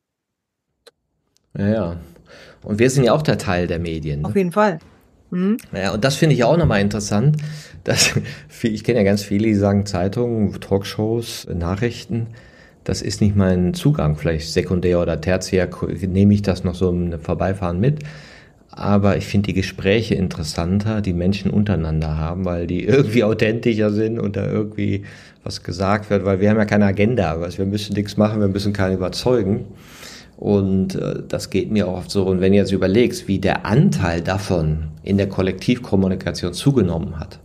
C: Ja, ja. Und wir sind ja auch der Teil der Medien. Ne?
A: Auf jeden Fall. Mhm.
C: Ja, und das finde ich auch nochmal interessant. Dass, ich kenne ja ganz viele, die sagen Zeitungen, Talkshows, Nachrichten, das ist nicht mein Zugang, vielleicht sekundär oder tertiär nehme ich das noch so im Vorbeifahren mit. Aber ich finde die Gespräche interessanter, die Menschen untereinander haben, weil die irgendwie authentischer sind und da irgendwie was gesagt wird, weil wir haben ja keine Agenda, also wir müssen nichts machen, wir müssen keinen überzeugen. Und äh, das geht mir auch oft so. Und wenn du jetzt überlegst, wie der Anteil davon in der Kollektivkommunikation zugenommen hat,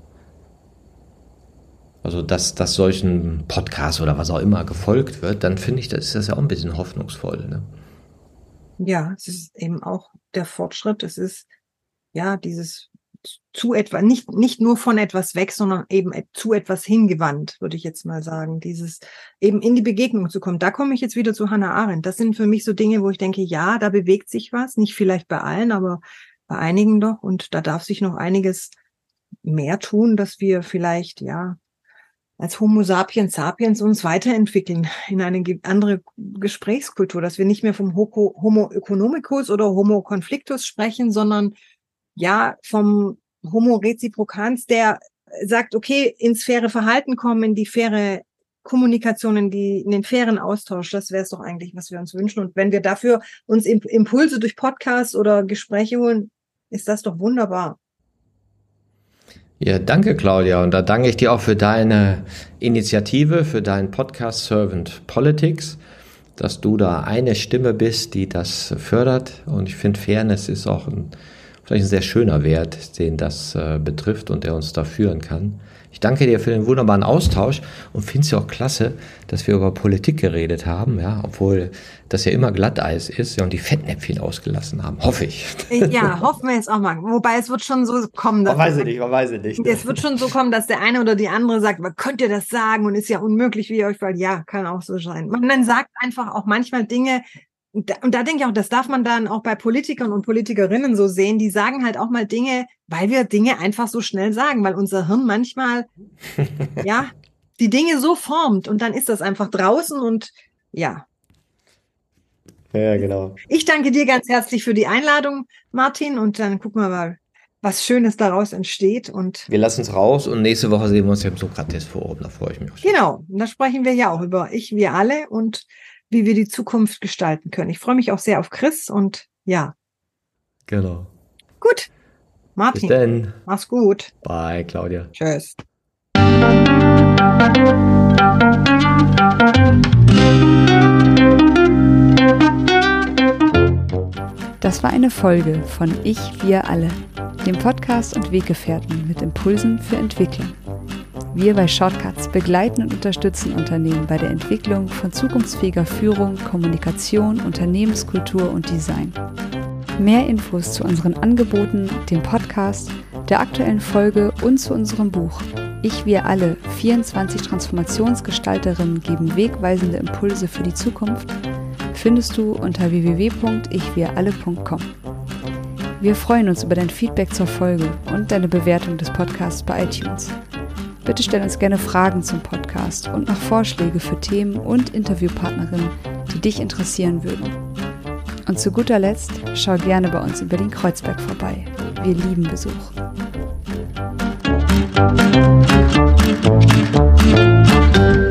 C: also dass, dass solchen Podcasts oder was auch immer gefolgt wird, dann finde ich, das ist das ja auch ein bisschen hoffnungsvoll. Ne?
A: Ja, es ist eben auch der Fortschritt. Es ist ja dieses zu etwas, nicht, nicht nur von etwas weg, sondern eben zu etwas hingewandt, würde ich jetzt mal sagen. Dieses eben in die Begegnung zu kommen. Da komme ich jetzt wieder zu Hannah Arendt. Das sind für mich so Dinge, wo ich denke, ja, da bewegt sich was. Nicht vielleicht bei allen, aber bei einigen doch. Und da darf sich noch einiges mehr tun, dass wir vielleicht, ja, als Homo sapiens sapiens uns weiterentwickeln in eine andere Gesprächskultur, dass wir nicht mehr vom Homo economicus oder Homo conflictus sprechen, sondern ja, vom Homo reciprocans, der sagt, okay, ins faire Verhalten kommen, in die faire Kommunikation, in, die, in den fairen Austausch, das wäre es doch eigentlich, was wir uns wünschen. Und wenn wir dafür uns Impulse durch Podcasts oder Gespräche holen, ist das doch wunderbar.
C: Ja, danke Claudia und da danke ich dir auch für deine Initiative, für deinen Podcast Servant Politics, dass du da eine Stimme bist, die das fördert und ich finde Fairness ist auch ein vielleicht ein sehr schöner Wert, den das äh, betrifft und der uns da führen kann. Ich danke dir für den wunderbaren Austausch und finde es ja auch klasse, dass wir über Politik geredet haben, ja, obwohl das ja immer Glatteis ist ja, und die Fettnäpfchen ausgelassen haben, hoffe ich.
A: Ja, hoffen wir jetzt auch mal. Wobei es wird schon so kommen.
C: Man weiß es nicht, man weiß es nicht.
A: Es wird schon so kommen, dass der eine oder die andere sagt, man könnt ihr das sagen und ist ja unmöglich, wie ihr euch wollt. Ja, kann auch so sein. Man dann sagt einfach auch manchmal Dinge, und da, und da denke ich auch, das darf man dann auch bei Politikern und Politikerinnen so sehen, die sagen halt auch mal Dinge, weil wir Dinge einfach so schnell sagen, weil unser Hirn manchmal, ja, die Dinge so formt und dann ist das einfach draußen und ja.
C: Ja, genau.
A: Ich danke dir ganz herzlich für die Einladung, Martin, und dann gucken wir mal, was Schönes daraus entsteht. Und
C: wir lassen es raus und nächste Woche sehen wir uns ja im Sokrates-Forum, da freue ich mich auch schon.
A: Genau, und da sprechen wir ja auch über ich, wir alle und wie wir die Zukunft gestalten können. Ich freue mich auch sehr auf Chris und ja.
C: Genau.
A: Gut. Martin.
C: Bis dann.
A: Mach's gut.
C: Bye, Claudia.
A: Tschüss.
B: Das war eine Folge von Ich, wir alle, dem Podcast und Weggefährten mit Impulsen für Entwicklung. Wir bei Shortcuts begleiten und unterstützen Unternehmen bei der Entwicklung von zukunftsfähiger Führung, Kommunikation, Unternehmenskultur und Design. Mehr Infos zu unseren Angeboten, dem Podcast, der aktuellen Folge und zu unserem Buch Ich, wir alle, vierundzwanzig Transformationsgestalterinnen geben wegweisende Impulse für die Zukunft, findest du unter w w w punkt ich wir alle punkt com. Wir freuen uns über dein Feedback zur Folge und deine Bewertung des Podcasts bei iTunes. Bitte stell uns gerne Fragen zum Podcast und noch Vorschläge für Themen und Interviewpartnerinnen, die dich interessieren würden. Und zu guter Letzt, schau gerne bei uns in Berlin-Kreuzberg vorbei. Wir lieben Besuch.
D: Thank you.